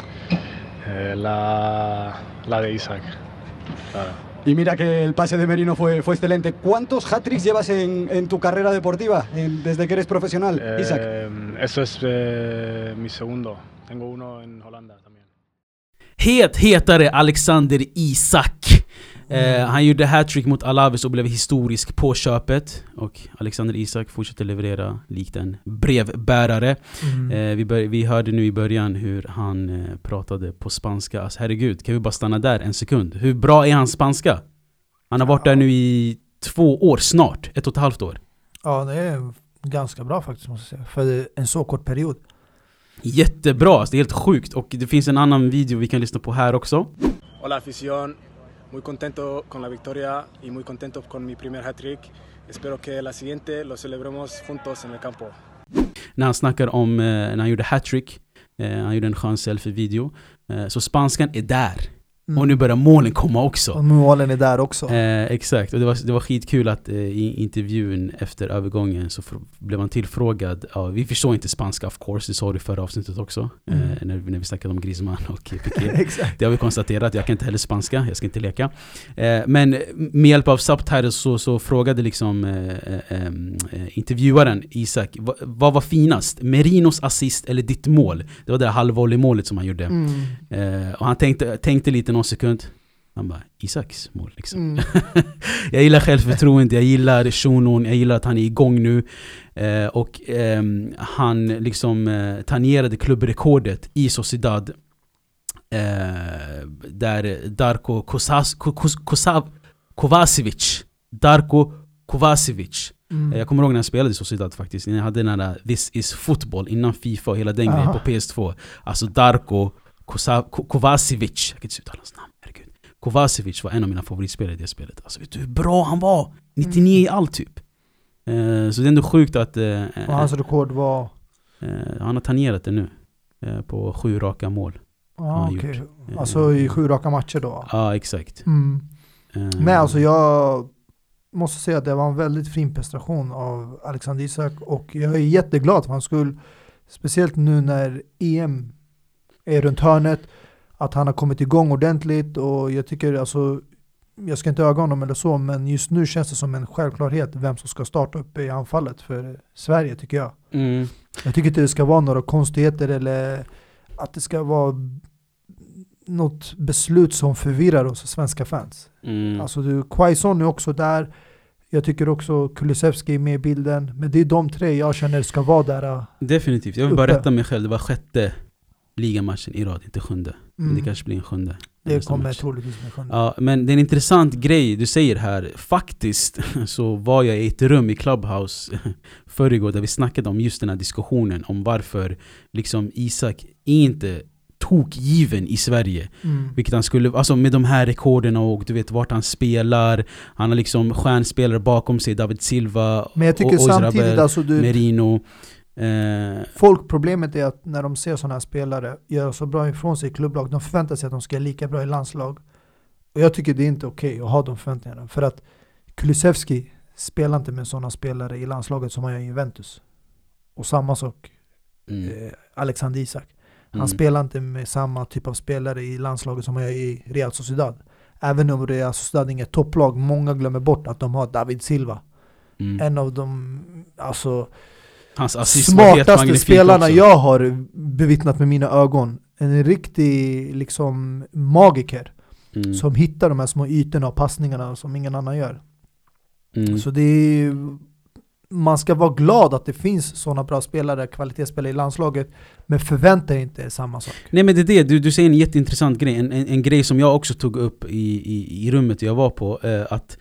La de Isaac, claro. Y mira que el pase de Merino fue excelente. ¿Cuántos hat-tricks llevas en tu carrera deportiva desde que eres profesional, Isaac? Eso es mi segundo. Tengo uno en Holanda también. Hetare Alexander Isak. Han gjorde hattrick mot Alaves och blev historisk på köpet. Och Alexander Isak fortsätter leverera likt en brevbärare. Vi hörde nu i början hur han pratade på spanska. Alltså, herregud, kan vi bara stanna där en sekund? Hur bra är hans spanska? Han har varit där nu i 2 år snart. 1,5 år. Ja, det är ganska bra faktiskt, måste jag säga. För en så kort period. Jättebra, det är helt sjukt. Och det finns en annan video vi kan lyssna på här också. Hola afición. Muy contento con la victoria y muy contento con mi primer hat-trick. Espero que la siguiente lo celebremos juntos en el campo. När han snackar om när han gjorde hat-trick, han gjorde en skön selfie-video. Så spanskan är där. Och nu börjar målen komma också. Och målen är där också. Exakt, och det var skitkul att i intervjun efter övergången så blev man tillfrågad. Vi förstår inte spanska, of course, det sa du i förra avsnittet också. När vi snackade om Griezmann och Piqué. Exakt. Det har vi konstaterat, jag kan inte heller spanska, jag ska inte leka. Men med hjälp av subtitles så frågade liksom intervjuaren Isak, vad var finast? Merinos assist eller ditt mål? Det var det halvvolleymålet som han gjorde. Och han tänkte lite någon sekund. Han bara, Isaks mål liksom. Jag gillar självförtroende, jag gillar shunon, jag gillar att han är igång nu. Och han liksom tangerade klubbrekordet i Sociedad. Där Darko Kovacevic. Jag kommer ihåg när han spelade i Sociedad faktiskt. Jag hade den där This is football innan FIFA och hela den grejen på PS2. Alltså Darko Kovacevic, jag kan inte uttala hans namn, herregud. Kovacevic var en av mina favoritspelare i det spelet. Alltså vet du hur bra han var? 99 i allt typ. Så det är ändå sjukt att och hans rekord var han har tangerat det nu på 7 raka mål. Okay. Alltså i 7 raka matcher då. Ja, exakt. Men alltså jag måste säga att det var en väldigt fin prestation av Alexander Isak och jag är jätteglad för hans skull, speciellt nu när EM är runt hörnet, att han har kommit igång ordentligt och jag tycker alltså, jag ska inte öga honom eller så, men just nu känns det som en självklarhet vem som ska starta upp i anfallet för Sverige tycker jag. Jag tycker inte det ska vara några konstigheter eller att det ska vara något beslut som förvirrar oss svenska fans. Alltså Quaison är också där. Jag tycker också Kulusevski är med i bilden. Men det är de 3 jag känner ska vara där. Definitivt. Jag vill bara rätta mig själv. Det var 6:e ligamatchen i rad, inte 7:e. Men det kanske blir en 7:e. Det kommer troligtvis med 7:e. Ja, men det är en intressant grej du säger här. Faktiskt så var jag i ett rum i Clubhouse förrgår där vi snackade om just den här diskussionen om varför liksom Isak är inte tokgiven i Sverige. Vilket han skulle, alltså med de här rekorden och du vet vart han spelar. Han har liksom stjärnspelare bakom sig, David Silva, men jag tycker samtidigt alltså Merino. Problemet är att när de ser sådana här spelare gör så bra ifrån sig i klubblag, de förväntar sig att de ska göra lika bra i landslag. Och jag tycker det är inte okej att ha de förväntningarna. För att Kulusevski spelar inte med sådana spelare i landslaget som han gör i Juventus. Och samma sak Alexander Isak. Han spelar inte med samma typ av spelare i landslaget som han gör i Real Sociedad. Även om Real Sociedad är inget topplag, många glömmer bort att de har David Silva. En av de smartaste spelarna också. Jag har bevittnat med mina ögon. En riktig liksom magiker som hittar de här små ytorna och passningarna som ingen annan gör. Så det är, man ska vara glad att det finns sådana bra spelare, kvalitetsspelare i landslaget, men förvänta inte samma sak. Nej, men det är det, du säger en jätteintressant grej, en grej som jag också tog upp i rummet jag var på, att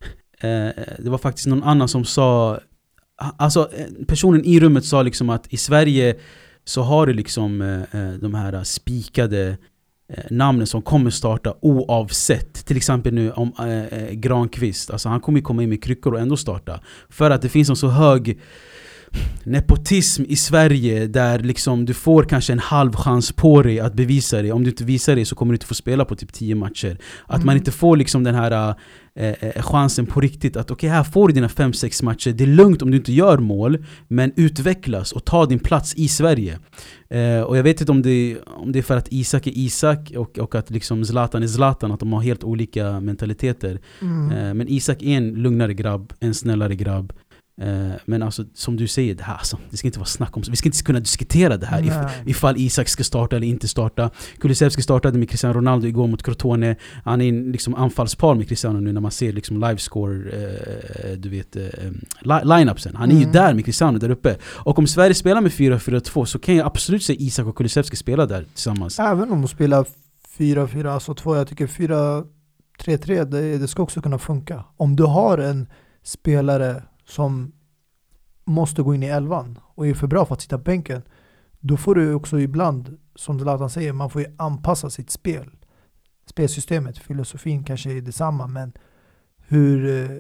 det var faktiskt någon annan som sa, alltså personen i rummet sa liksom att i Sverige så har du liksom de här spikade namnen som kommer starta oavsett. Till exempel nu om Granqvist, alltså han kommer komma in med kryckor och ändå starta, för att det finns en så hög nepotism i Sverige där liksom du får kanske en halv chans på dig att bevisa dig. Om du inte visar dig så kommer du inte få spela på typ 10 matcher. Att man inte får liksom den här chansen på riktigt att okej, här får du dina 5-6 matcher. Det är lugnt om du inte gör mål, men utvecklas och ta din plats i Sverige. Och jag vet inte om det är för att Isak är Isak och att liksom Zlatan är Zlatan, att de har helt olika mentaliteter. Men Isak är en lugnare grabb, en snällare grabb. Men alltså, som du säger, det här, alltså, det ska inte vara snack om, vi ska inte kunna diskutera det här ifall Isak ska starta eller inte starta. Kulusevski startade med Cristiano Ronaldo igår mot Crotone. Han är en liksom anfallspar med Cristiano nu när man ser liksom livescore, du vet, line-upsen. Han är ju där med Cristiano där uppe. Och om Sverige spelar med 4-4-2 så kan jag absolut säga Isak och Kulusevski spela där tillsammans. Även om de spelar 4-4, alltså 2, jag tycker 4-3-3, det ska också kunna funka. Om du har en spelare som måste gå in i 11 och är för bra för att sitta på bänken, då får du också ibland, som Zlatan säger, man får ju anpassa sitt spelsystemet, filosofin kanske är detsamma, men hur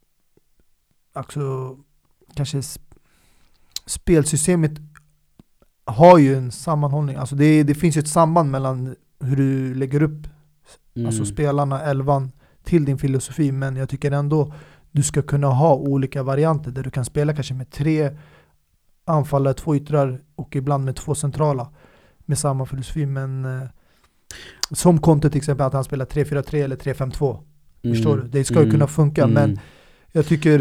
alltså kanske spelsystemet har ju en sammanhållning, alltså det finns ju ett samband mellan hur du lägger upp alltså spelarna 11 till din filosofi, men jag tycker ändå du ska kunna ha olika varianter där du kan spela kanske med 3 anfallare, 2 yttrar och ibland med 2 centrala med samma filosofi, men som Conte till exempel, att han spelar 3-4-3 eller 3-5-2. Förstår du? Det ska ju kunna funka, men jag tycker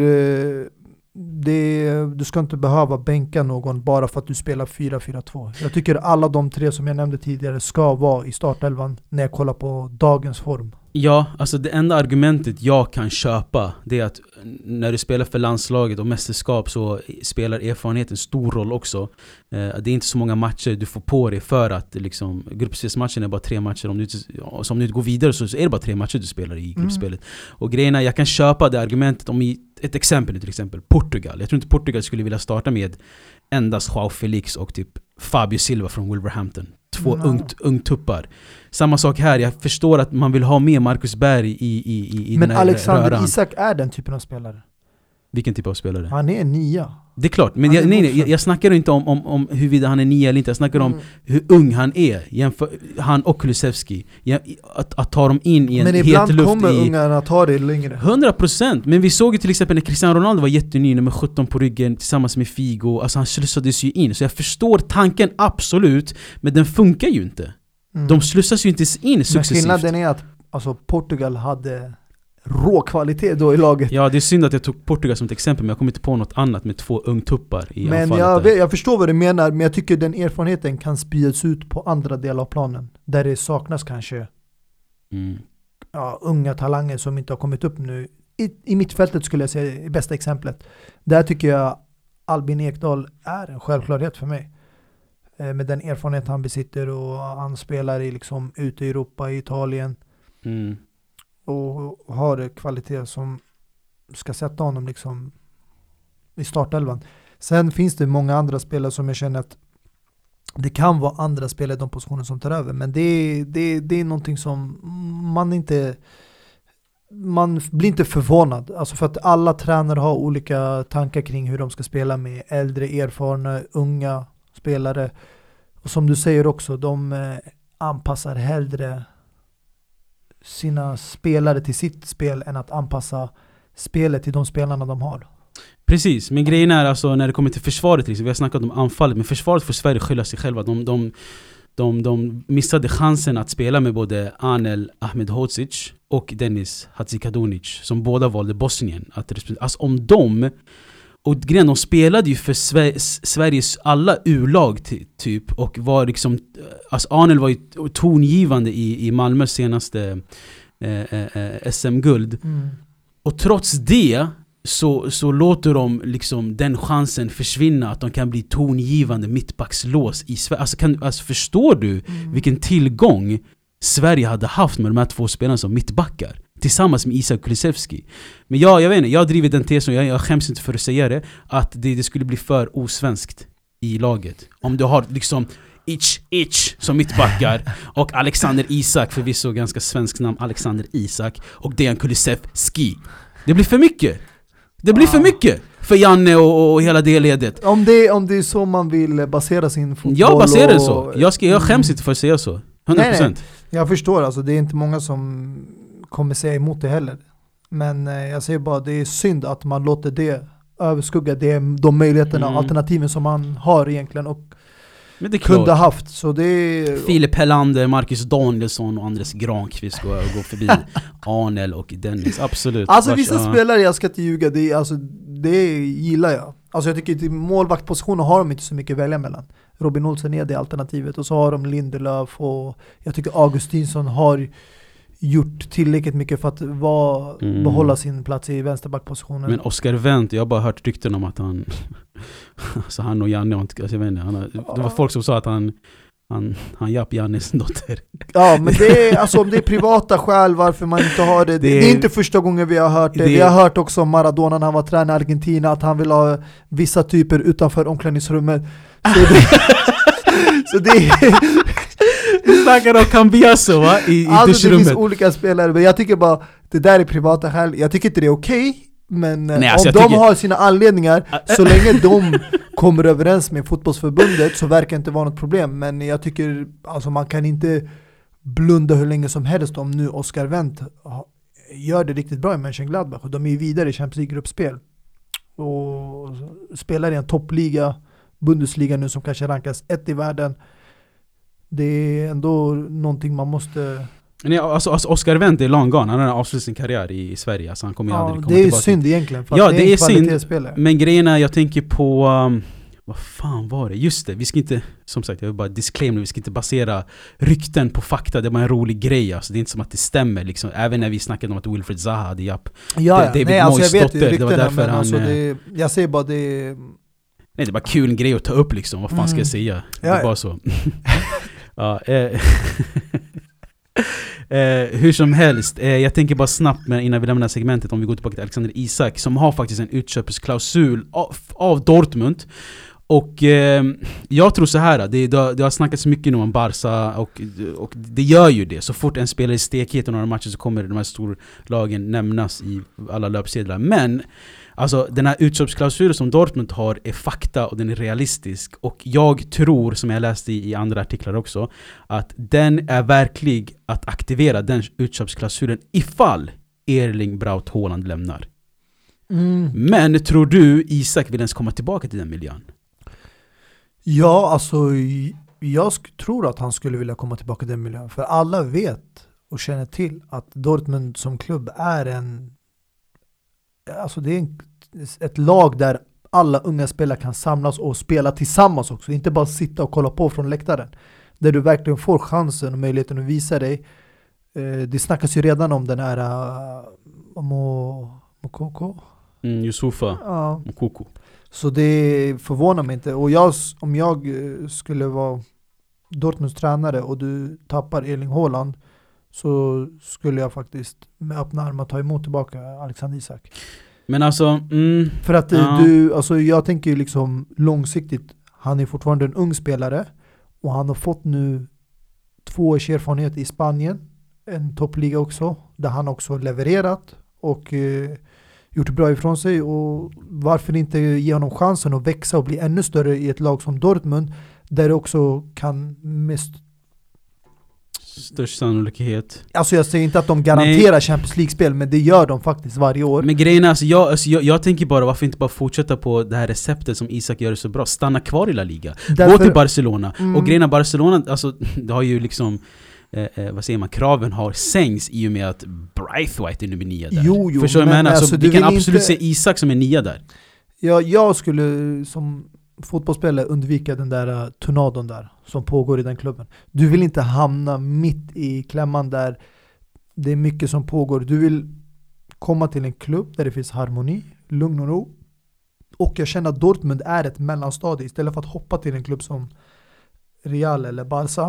du ska inte behöva bänka någon bara för att du spelar 4-4-2. Jag tycker alla de 3 som jag nämnde tidigare ska vara i startelvan när jag kollar på dagens form. Ja, alltså det enda argumentet jag kan köpa, det är att när du spelar för landslaget och mästerskap så spelar erfarenheten stor roll också. Det är inte så många matcher du får på dig, för att liksom, gruppspelsmatchen är bara 3 matcher. Om du inte går vidare så är det bara 3 matcher du spelar i gruppspelet. Och grejerna, jag kan köpa det argumentet om ett exempel, till exempel Portugal. Jag tror inte Portugal skulle vilja starta med endast João Felix och typ Fabio Silva från Wolverhampton. 2 ungtuppar. Samma sak här, jag förstår att man vill ha med Marcus Berg i men den här Alexander röran. Isak är den typen av spelare. Vilken typ av spelare? Han är 9. Det är klart, men jag snackar inte om huruvida han är 9 eller inte. Jag snackar om hur ung han är. Han och Kulusevski. Att ta dem in i en het luft. Men ibland kommer ungarna ta det längre. 100%. Men vi såg ju till exempel när Cristiano Ronaldo var jätteny, med 17 på ryggen tillsammans med Figo. Alltså han slussades ju in. Så jag förstår tanken absolut, men den funkar ju inte. De slussas ju inte in successivt. Men skillnaden är att alltså, Portugal hade rå kvalitet då i laget. Ja, det är synd att jag tog Portugal som ett exempel, men jag kom inte på något annat med 2 ungtuppar i men anfallet. Jag förstår vad du menar, men jag tycker den erfarenheten kan spridas ut på andra delar av planen, där det saknas kanske unga talanger som inte har kommit upp nu. I mittfältet skulle jag säga är bästa exemplet. Där tycker jag Albin Ekdal är en självklarhet för mig. Med den erfarenhet han besitter, och han spelar i liksom ute i Europa, i Italien. Och har kvalitet som ska sätta honom liksom i startelvan. Sen finns det många andra spelare som jag känner att det kan vara andra spelare i de positioner som tar över, men det är någonting som man blir inte förvånad. Alltså för att alla tränare har olika tankar kring hur de ska spela med äldre, erfarna, unga spelare. Och som du säger också, de anpassar hellre sina spelare till sitt spel än att anpassa spelet till de spelarna de har. Precis, men grejen är alltså när det kommer till försvaret, liksom, vi har snackat om anfallet, men försvaret får Sverige skylla sig själva. De missade chansen att spela med både Anel Ahmedhodzic och Dennis Hadzikadunic, som båda valde Bosnien. Alltså om och grejen, de spelade ju för Sveriges alla U-lag typ, och var liksom, alltså Anel var ju tongivande i Malmös senaste SM-guld. Och trots det så låter de liksom den chansen försvinna att de kan bli tongivande mittbackslås i Sverige. Alltså förstår du vilken tillgång Sverige hade haft med de här två spelarna som mittbackar tillsammans med Isak Kulusevski. Men jag vet inte, jag driver den tesen, jag skäms inte för att säga det, att det skulle bli för osvenskt i laget. Om du har liksom Itch som mittbackar och Alexander Isak, förvisso ganska svensk namn, Alexander Isak, och Dejan Kulusevski. Det blir för mycket. Det blir för mycket för Janne och hela det ledet. Om det är så man vill basera sin fotboll. Jag baserar det så. Jag skäms inte för att säga så. 100%. Nej. Jag förstår, alltså det är inte många som kommer säga emot det heller. Men jag säger bara, det är synd att man låter det överskugga de möjligheterna och alternativen som man har egentligen och men det kunde haft. Så det är... Filip Hellander, Marcus Danielsson och Andres Granqvist går förbi Anel och Dennis, absolut. Alltså vissa spelare, jag ska inte ljuga, det gillar jag. Alltså jag tycker att i målvaktpositioner har de inte så mycket att välja mellan. Robin Olsen är det alternativet, och så har de Lindelöf, och jag tycker Augustinsson har gjort tillräckligt mycket för att behålla sin plats i vänsterbackpositionen. Men Oscar Wendt, jag har bara hört rykten om att han alltså han och Janne, alltså jag vet inte, det var folk som sa att han japp Jannes dotter. Ja, men det är, alltså, om det är privata skäl varför man inte har det. Det är inte första gången vi har hört det. Vi har hört också om Maradona när han var tränare i Argentina, att han vill ha vissa typer utanför omklädningsrummet. Så det är du snackar om Cambiasso, va? I alltså duschrummet. Det finns olika spelare, men jag tycker bara det där är privata skäl. Jag tycker inte det är okej. Men nej, alltså om de har sina anledningar, så länge de kommer överens med fotbollsförbundet, så verkar det inte vara något problem. Men jag tycker alltså man kan inte blunda hur länge som helst om nu Oscar Wendt gör det riktigt bra i Mönchengladbach, och de är ju vidare i Champions League-gruppspel och spelar i en toppliga, Bundesliga nu, som kanske rankas 1 i världen. Det är ändå någonting man måste... Nej, alltså Oscar Wendt är long gone. Han har avslutat sin karriär i Sverige. Alltså han kommer aldrig komma det är tillbaka. Synd egentligen. För ja, det är synd. Men grejen är, jag tänker på... vad fan var det? Just det, vi ska inte... Som sagt, jag vill bara disclaimer. Vi ska inte basera rykten på fakta. Det var en rolig grej. Alltså. Det är inte som att det stämmer. Liksom. Även när vi snackade om att Wilfred Zaha hade japp. Ja, David nej, alltså Moyes jag vet dotter. ryktena, Det var därför han... Alltså jag säger bara det... Nej, det var kul grej att ta upp liksom. Vad fan ska jag säga? Det är bara så. Ja, hur som helst, jag tänker bara snabbt innan vi lämnar segmentet, om vi går tillbaka till Alexander Isak, som har faktiskt en utköpsklausul av Dortmund. Och jag tror så här, det har snackats mycket nu om Barca, och det gör ju det. Så fort en spelare är stekhet i några matcher så kommer de här storlagen nämnas i alla löpsedlar. Men alltså den här utköpsklausulen som Dortmund har är fakta, och den är realistisk. Och jag tror, som jag läste i andra artiklar också, att den är verklig att aktivera den utköpsklausulen ifall Erling Braut Haaland lämnar. Men tror du Isak vill ens komma tillbaka till den miljön? Ja, alltså jag tror att han skulle vilja komma tillbaka till den miljön. För alla vet och känner till att Dortmund som klubb är alltså det är ett lag där alla unga spelare kan samlas och spela tillsammans också. Inte bara sitta och kolla på från läktaren. Där du verkligen får chansen och möjligheten att visa dig. Det snackas ju redan om den här Mokoko. Yusufa Mokoko. Så det förvånar mig inte. Och om jag skulle vara Dortmunds tränare och du tappar Erling Haaland, så skulle jag faktiskt med öppna armar ta emot tillbaka Alexander Isak. Men alltså... för att alltså jag tänker ju liksom långsiktigt, han är fortfarande en ung spelare, Och han har fått nu 2 års erfarenhet i Spanien, en toppliga också, där han också levererat och gjort bra ifrån sig. Och varför inte ge honom chansen att växa och bli ännu större i ett lag som Dortmund, där det också kan störst sannolikhet. Alltså jag säger inte att de garanterar Champions League-spel, men det gör de faktiskt varje år. Men grejen är, jag tänker bara, varför inte bara fortsätta på det här receptet som Isak gör det så bra? Stanna kvar i La Liga. Gå till Barcelona. Och grejen är, Barcelona, alltså, det har ju liksom vad säger man, kraven har sänkts i och med att Braithwaite är nummer 9 där. Jo, förstår du? Men alltså, vi kan absolut inte se Isak som är 9 där. Jag skulle som fotbollsspelare undvika den där tornadon där som pågår i den klubben. Du vill inte hamna mitt i klämman där det är mycket som pågår. Du vill komma till en klubb där det finns harmoni, lugn och ro. Och jag känner att Dortmund är ett mellanstadie. Istället för att hoppa till en klubb som Real eller Barca,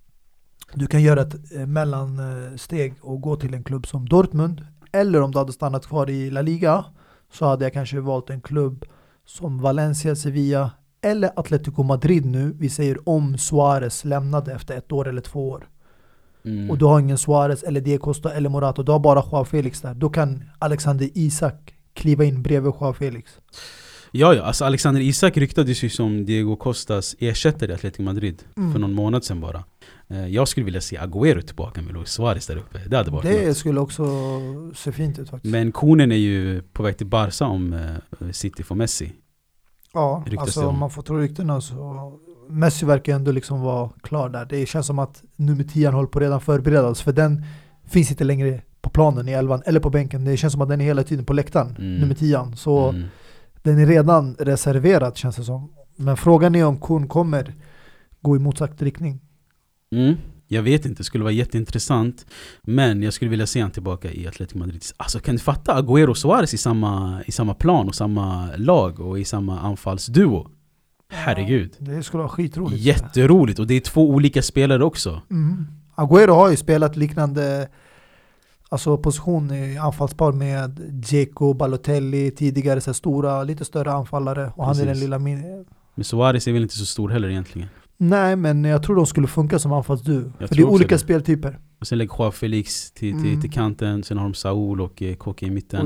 du kan göra ett mellansteg och gå till en klubb som Dortmund. Eller om du hade stannat kvar i La Liga, så hade jag kanske valt en klubb som Valencia, Sevilla eller Atletico Madrid nu. Vi säger om Suarez lämnade efter 1 år eller 2 år. Och du har ingen Suarez eller Diego Costa eller Morata. Du har bara Joao Felix där. Då kan Alexander Isak kliva in bredvid Joao Felix. Ja, alltså Alexander Isak ryktades ju som Diego Costas ersättare i Atletico Madrid för någon månad sedan bara. Jag skulle vilja se Agüero tillbaka med Luis Suarez där uppe. Det hade varit något. Skulle också se fint ut faktiskt. Men konen är ju på väg till Barca om City för Messi. Ja, alltså om man får tro ryktena så Messi verkar ändå liksom vara klar där. Det känns som att nummer 10 håller på redan förberedas, för den finns inte längre på planen i 11 eller på bänken. Det känns som att den är hela tiden på läktaren, nummer 10. Så den är redan reserverad, känns det som. Men frågan är om Kun kommer gå i motsatt riktning. Jag vet inte, det skulle vara jätteintressant. Men jag skulle vilja se han tillbaka i Atletico Madrid. Alltså kan du fatta Agüero och Suarez i samma plan och samma lag och i samma anfallsduo? Herregud. Det skulle vara skitroligt. Jätteroligt, och det är 2 olika spelare också. Agüero har ju spelat liknande position i anfallspar med Dzeko, Balotelli, tidigare så stora, lite större anfallare. Och han är den lilla Men Suarez är väl inte så stor heller egentligen? Nej, men jag tror de skulle funka som anfallsduo. För det är olika speltyper. Och sen lägger Joao Felix till kanten. Sen har de Saul och Koke i mitten.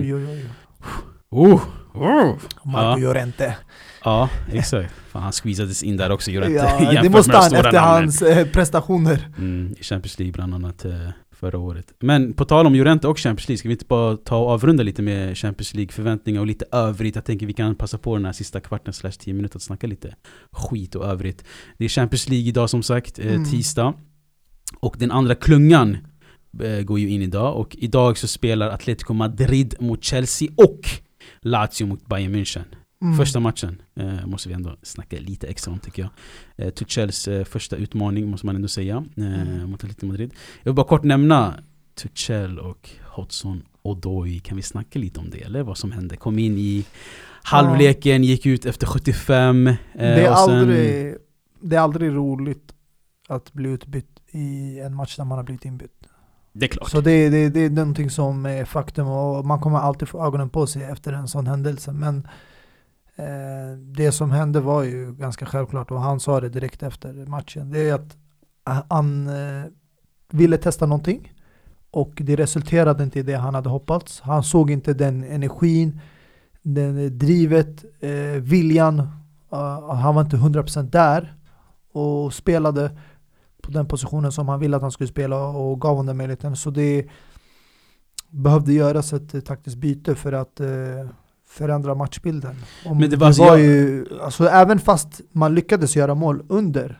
Marco Llorente. Ja, exakt. Fan, han squeezades in där också, Llorente. Ja, det måste han efter hans prestationer. I Champions League bland annat förra året. Men på tal om Llorente och Champions League, ska vi inte bara ta och avrunda lite med Champions League-förväntningar och lite övrigt? Jag tänker vi kan passa på den här sista kvarten / 10 minuter att snacka lite skit och övrigt. Det är Champions League idag som sagt, tisdag. Och den andra klungan går ju in idag. Och idag så spelar Atletico Madrid mot Chelsea och Lazio mot Bayern München. Första matchen måste vi ändå snacka lite extra om, tycker jag. Tuchels första utmaning måste man ändå säga mot Atletico Madrid. Jag vill bara kort nämna Tuchel och Hudson-Odoi. Kan vi snacka lite om det, eller vad som hände? Kom in i halvleken, gick ut efter 75. Det är aldrig roligt att bli utbytt i en match där man har blivit inbytt. Det är klart. Så det är någonting som är faktum, och man kommer alltid få ögonen på sig efter en sån händelse. Men det som hände var ju ganska självklart, och han sa det direkt efter matchen. Det är att han ville testa någonting, och det resulterade inte i det han hade hoppats. Han såg inte den energin, den drivet, viljan. Han var inte 100% där och spelade på den positionen som han ville att han skulle spela, och gav honom den möjligheten. Så det behövde göras ett taktiskt byte för att förändra matchbilden. Men det var ju, alltså, även fast man lyckades göra mål under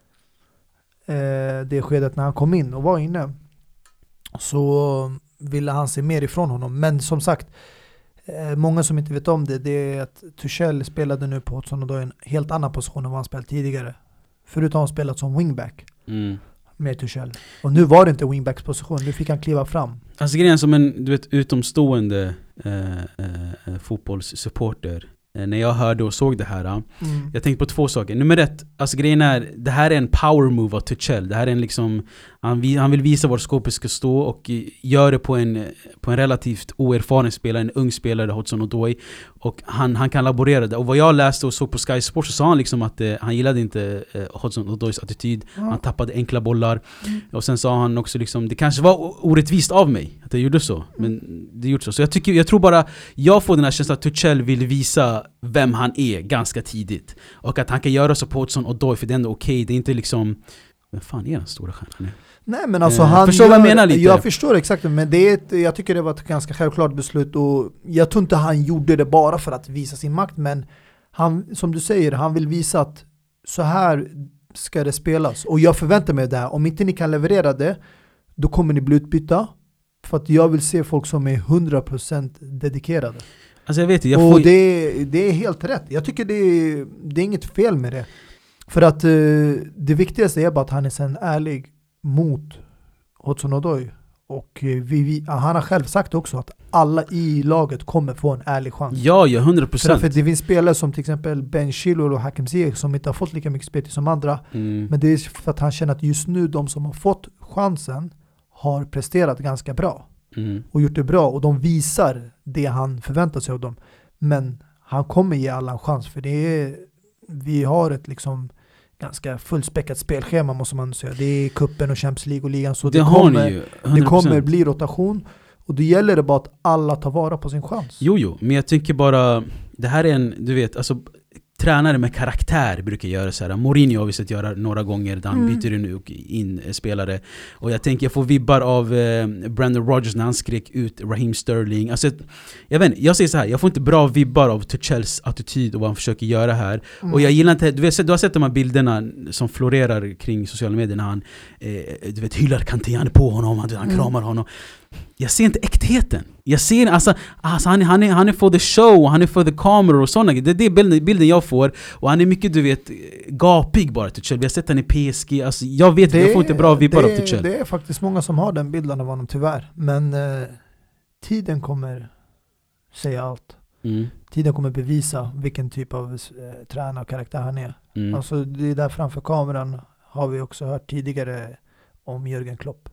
det skedet när han kom in och var inne, så ville han se mer ifrån honom. Men som sagt, många som inte vet om det är att Tuchel spelade nu på Hudson-Odoi en helt annan position än vad han spelat tidigare. Förutom han spelat som wingback med Tuchel. Och nu var det inte wingbacks position, nu fick han kliva fram. Alltså grejen som en utomstående fotbollssupporter när jag hörde och såg det här. Jag tänkte på 2 saker. Nummer 1, alltså grejen är, det här är en power move av Tuchel. Det här är en liksom, han vill visa var skåpet ska stå och gör det på en relativt oerfaren spelare, en ung spelare, Hudson-Odoi, och han kan laborera det. Och vad jag läste och såg på Sky Sports så sa han liksom att han gillade inte Hudson-Odois attityd. Han tappade enkla bollar. Och sen sa han också liksom, det kanske var orättvist av mig att jag gjorde så, men det gjorde så. Så jag tror bara, jag får den här känslan att Tuchel vill visa vem han är ganska tidigt. Och att han kan göra så på Hudson-Odoi, för det är ändå okej. Det är inte liksom, vem fan är den stora stjärnan? Nej, men alltså han förstår vad jag menar lite. Jag förstår exakt, men jag tycker det var ett ganska självklart beslut, och jag tror inte han gjorde det bara för att visa sin makt, men han, som du säger, han vill visa att så här ska det spelas, och jag förväntar mig det här. Om inte ni kan leverera det, då kommer ni bli utbytta, för att jag vill se folk som är 100% dedikerade. Alltså jag vet inte, och det är helt rätt. Jag tycker det är inget fel med det. För att det viktigaste är bara att han är sen ärlig mot Hudson-Odoi. Och han har själv sagt också att alla i laget kommer få en ärlig chans. Ja, 100%. För det finns spelare som till exempel Ben Chilwell och Hakim Ziyech som inte har fått lika mycket spel som andra. Men det är för att han känner att just nu de som har fått chansen har presterat ganska bra. Och gjort det bra. Och de visar det han förväntar sig av dem. Men han kommer ge alla en chans. För vi har ett liksom ganska fullspäckat spelschema, måste man säga. Det är kuppen och Champions League och ligan. Så det kommer bli rotation. Och det gäller det bara att alla tar vara på sin chans. Jo, men jag tycker bara, det här är du vet, alltså tränare med karaktär brukar göra så här. Mourinho har vi sett göra några gånger där han byter in spelare. Och jag tänker, jag får vibbar av Brandon Rodgers när han skrek ut Raheem Sterling. Alltså, jag säger så här, jag får inte bra vibbar av Tuchels attityd och vad han försöker göra här. Och jag gillar inte, du har sett de här bilderna som florerar kring sociala medier när han hyllar Kanté, han är på honom, han kramar honom. Jag ser inte äktheten. Jag ser alltså han är för the show, han är för the camera och sådana. Det är bilden jag får. Och han är mycket, du vet, gapig bara Tuchel. Vi har sett han i PSG. Alltså, jag vet jag får inte bra vibbar av Tuchel. Det är faktiskt många som har den bilden av honom, tyvärr. Men tiden kommer säga allt. Tiden kommer bevisa vilken typ av tränare och karaktär han är. Alltså, det är där framför kameran har vi också hört tidigare om Jürgen Klopp.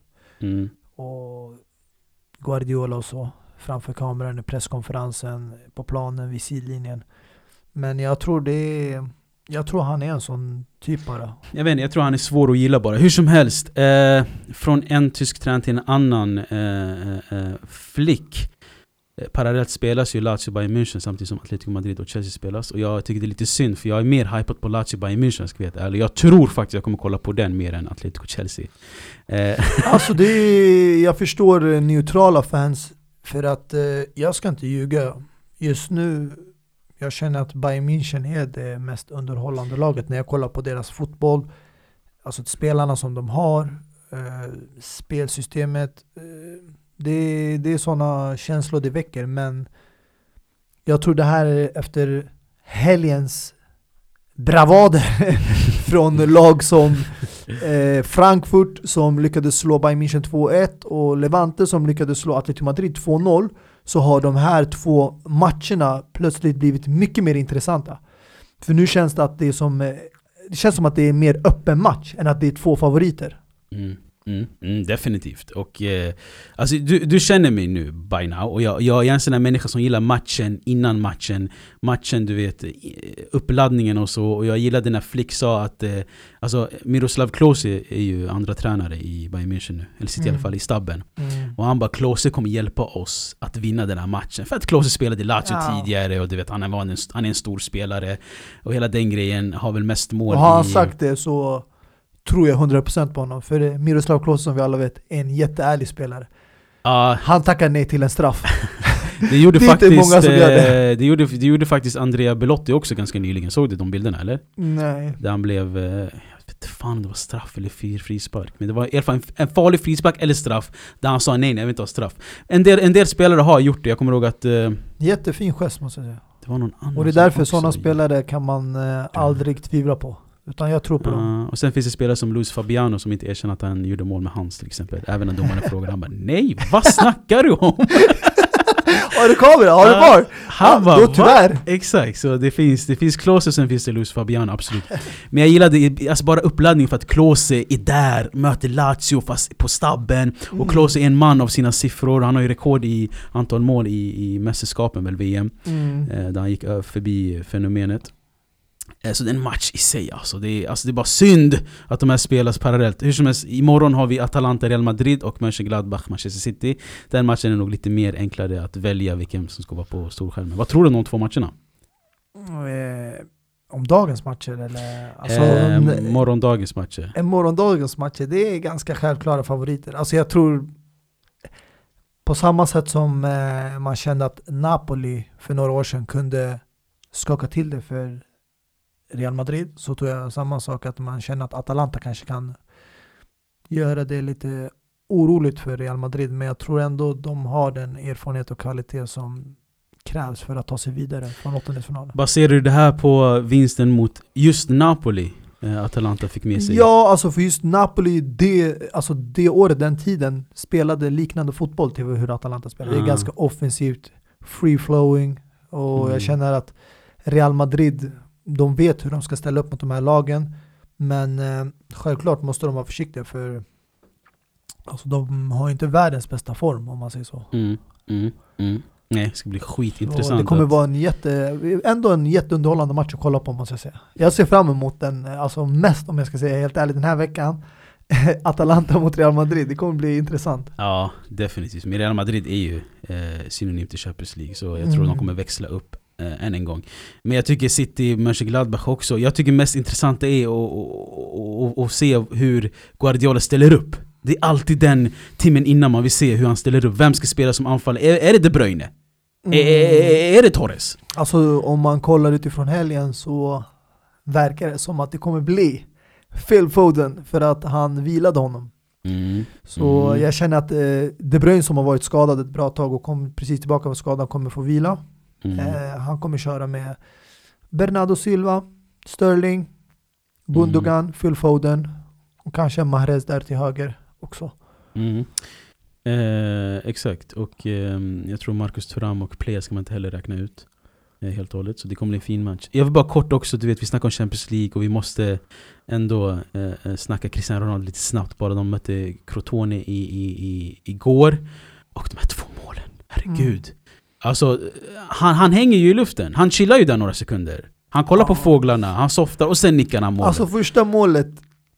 Och Guardiola och så framför kameran i presskonferensen, på planen, vid sidlinjen. Men jag tror han är en sån typ bara. Jag tror han är svår att gilla bara. Hur som helst, från en tysk tränare till en annan Flick. Parallellt spelas ju Lazio Bayern München samtidigt som Atletico Madrid och Chelsea spelas. Och jag tycker det är lite synd, för jag är mer hypad på Lazio Bayern München, ska veta. Eller jag tror faktiskt jag kommer kolla på den mer än Atletico Chelsea. Alltså jag förstår neutrala fans, för att jag ska inte ljuga. Just nu jag känner att Bayern München är det mest underhållande laget när jag kollar på deras fotboll. Alltså spelarna som de har, spelsystemet, det är sådana känslor det väcker. Men jag tror det här är efter helgens bravader från lag som Frankfurt som lyckades slå Bayern München 2-1 och Levante som lyckades slå Atletico Madrid 2-0, så har de här 2 matcherna plötsligt blivit mycket mer intressanta. För nu känns det att det känns som att det är mer öppen match än att det är 2 favoriter. Definitivt. Och alltså, du känner mig nu by now. Och jag är en sån här människa som gillar matchen innan matchen, du vet, uppladdningen och så. Och jag gillade när Flick sa att alltså, Miroslav Klose är ju andra tränare i Bayern München nu, eller sitter i alla fall i stabben. Och han bara, Klose kommer hjälpa oss att vinna den här matchen, för att Klose spelade i Lazio tidigare, och du vet, han är en stor spelare och hela den grejen, har väl mest mål. Och har han sagt det, så tror jag 100% på honom. För Miroslav Klose, som vi alla vet, är en jätteärlig spelare. Han tackar nej till en straff. Det gjorde faktiskt Andrea Belotti också ganska nyligen. Såg du de bilderna, eller? Nej. Där han blev, jag vet inte fan det var straff eller frispark. Men det var i alla fall en farlig frispark eller straff, där han sa nej, jag vill inte ha straff. En del spelare har gjort det. Jag kommer ihåg att jättefin gest, måste jag säga. Det var någon annan. Och det är därför sådana spelare kan man aldrig tvivla på. Utan jag tror på dem. Och sen finns det spelare som Luis Fabiano som inte erkänner att han gjorde mål med hands, till exempel. Även när domaren frågar, han bara, nej, vad snackar du om? Har du kamera? Har du var? Han var, då tyvärr. Exakt, så det finns Klose, sen finns det Luis Fabiano, absolut. Men jag gillade alltså bara uppladdning för att Klose är där, möter Lazio fast på stabben. Och Klose är en man av sina siffror. Han har ju rekord i antal mål i mästerskapen, väl VM. Där han gick förbi fenomenet. Så det är en match i sig. Alltså det är bara synd att de här spelas parallellt. Hur som helst, imorgon har vi Atalanta, Real Madrid och Mönchengladbach, Manchester City. Den matchen är nog lite mer enklare att välja vilken som ska vara på storskärmen. Vad tror du om de två matcherna? Om dagens matcher eller? Alltså, morgondagens matcher. Morgondagens matcher, det är ganska självklara favoriter. Alltså jag tror på samma sätt som man kände att Napoli för några år sedan kunde skaka till det för Real Madrid, så tror jag samma sak att man känner att Atalanta kanske kan göra det lite oroligt för Real Madrid, men jag tror ändå de har den erfarenhet och kvalitet som krävs för att ta sig vidare från åttondelsfinalen. Baserar du det här på vinsten mot just Napoli Atalanta fick med sig? Ja, alltså för just Napoli det året, den tiden spelade liknande fotboll till hur Atalanta spelade. Det är ganska offensivt, free-flowing, och jag känner att Real Madrid, de vet hur de ska ställa upp mot de här lagen, men självklart måste de vara försiktiga, för alltså, de har inte världens bästa form, om man säger så. Nej, det ska bli skitintressant. Och det kommer vara en jätteunderhållande match att kolla på, måste jag säga. Jag ser fram emot den, alltså mest, om jag ska säga helt ärligt, den här veckan. Atalanta mot Real Madrid, det kommer bli intressant. Ja, definitivt. Men Real Madrid är ju synonym till Champions League, så jag tror de kommer växla upp än en gång. Men jag tycker City, Mönchengladbach också. Jag tycker mest intressant är att se hur Guardiola ställer upp. Det är alltid den timmen innan man vill se hur han ställer upp. Vem ska spela som anfall? Är det De Bruyne? Är det Torres? Alltså om man kollar utifrån helgen så verkar det som att det kommer bli Phil Foden, för att han vilade honom. Så jag känner att De Bruyne, som har varit skadad ett bra tag och kom precis tillbaka från skadan, kommer få vila. Han kommer köra med Bernardo Silva, Sterling, Gundogan, Phil Foden och kanske Mahrez där till höger också. Exakt, och jag tror Marcus Thuram och Plea ska man inte heller räkna ut helt och hållet, så det kommer bli en fin match. Jag vill bara kort också, du vet, vi snackar om Champions League och vi måste ändå snacka Cristiano Ronaldo lite snabbt. Bara de mötte Crotone igår, och de här 2 målen, herregud. Alltså, han hänger ju i luften. Han chillar ju där några sekunder. Han kollar på fåglarna, han softar och sen nickar han målet. Alltså första målet,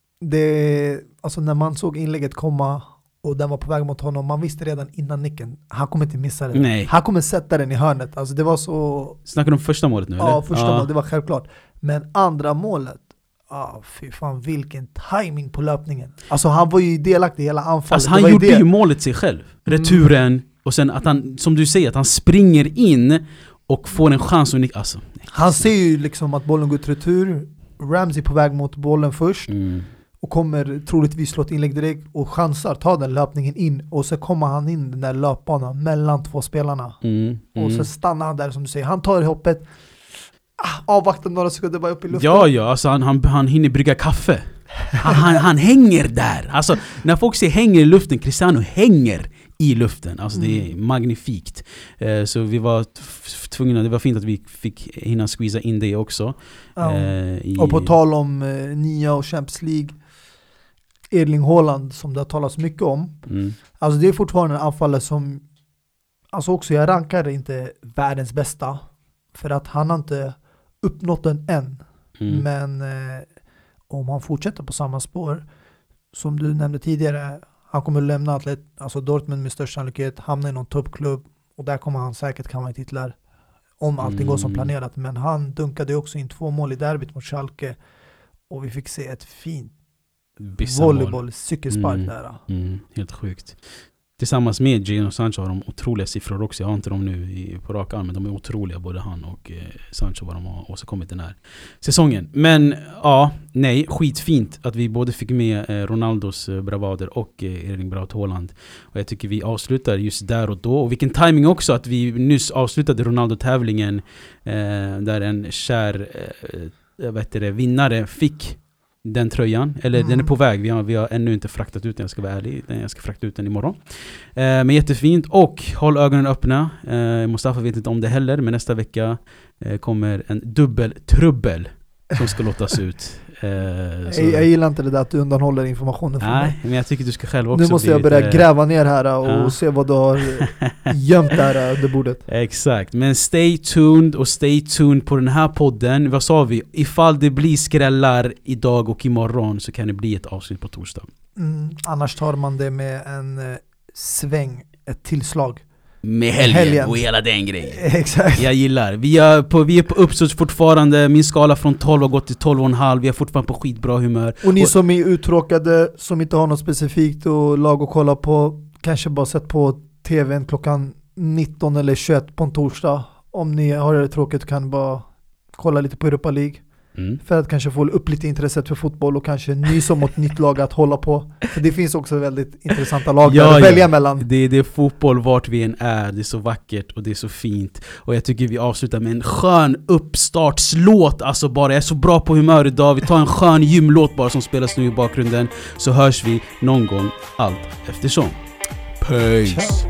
alltså när man såg inlägget komma och den var på väg mot honom, man visste redan innan nicken, han kommer inte missa den. Nej. Han kommer sätta den i hörnet. Alltså det var så... Snackar du om första målet nu, eller? Ja, första målet, det var självklart. Men andra målet, fy fan, vilken timing på löpningen. Alltså han var ju delaktig i hela anfallet. Alltså han gjorde ju målet sig själv. Returen, och sen att han, som du säger, att han springer in och får en chans att nicka. Alltså, han ser ju liksom att bollen går till retur. Ramsey på väg mot bollen först. Och kommer troligtvis slå ett inlägg direkt och chansar, ta den löpningen in, och så kommer han in den där löpbanan mellan 2 spelarna. Och så stannar han där, som du säger. Han tar hoppet, avvaktar några sekunder, bara upp i luften. Ja, alltså han hinner brygga kaffe. Han hänger där. Alltså när folk säger hänger i luften, Cristiano hänger i luften. Alltså det är magnifikt. Så vi var tvungna, det var fint att vi fick hinna squeeza in det också. Och på tal om nya och Champions League, Erling Haaland, som det har talats mycket om. Alltså det är fortfarande en anfallare som, alltså också, jag rankar det inte världens bästa, för att han har inte uppnått den än. Men om han fortsätter på samma spår, som du nämnde tidigare, han kommer att lämna alltså Dortmund med största sannolikhet, hamna i någon toppklubb, och där kommer han säkert kamma i titlar om allting går som planerat. Men han dunkade också in 2 mål i derbyt mot Schalke, och vi fick se ett fint volleyboll, cykelspark där. Helt sjukt. Tillsammans med Jadon Sancho har de otroliga siffror också. Jag har inte dem nu på rak arm, men de är otroliga, både han och Sancho, vad de har åstadkommit den här säsongen. Men skitfint att vi både fick med Ronaldos bravader och Erling Braut Haaland. Och jag tycker vi avslutar just där och då. Och vilken timing också att vi nyss avslutade Ronaldo-tävlingen där en kär vinnare fick den tröjan. Eller den är på väg. Vi har ännu inte fraktat ut den, jag ska vara ärlig. Jag ska frakta ut den imorgon. Men jättefint. Och håll ögonen öppna. Mustafa vet inte om det heller. Men nästa vecka kommer en dubbeltrubbel som ska låtas ut. Jag gillar inte det där att du undanhåller informationen från mig. Nej, men jag tycker du ska själv också. Nu måste jag börja gräva ner här och se vad du har gömt där under bordet. Exakt, men stay tuned på den här podden. Vad sa vi? Ifall det blir skrällar idag och imorgon så kan det bli ett avsnitt på torsdag. Annars tar man det med en sväng, ett tillslag. Med helgen och hela den grejen. Exakt. Jag gillar. Vi är på uppsats fortfarande. Min skala från 12 har gått till 12,5. Vi är fortfarande på skitbra humör. Och ni som är uttråkade, som inte har något specifikt och lag att kolla på, kanske bara sett på tvn klockan 19 eller 21 på en torsdag. Om ni har det tråkigt kan bara kolla lite på Europa League. För att kanske få upp lite intresset för fotboll och kanske nysa mot nytt lag att hålla på. För det finns också väldigt intressanta lag att välja mellan. Det är fotboll vart vi än är. Det är så vackert och det är så fint. Och jag tycker vi avslutar med en skön uppstartslåt. Alltså bara, jag är så bra på humör idag. Vi tar en skön gymlåt bara som spelas nu i bakgrunden. Så hörs vi någon gång allt eftersom. Peace! Ciao.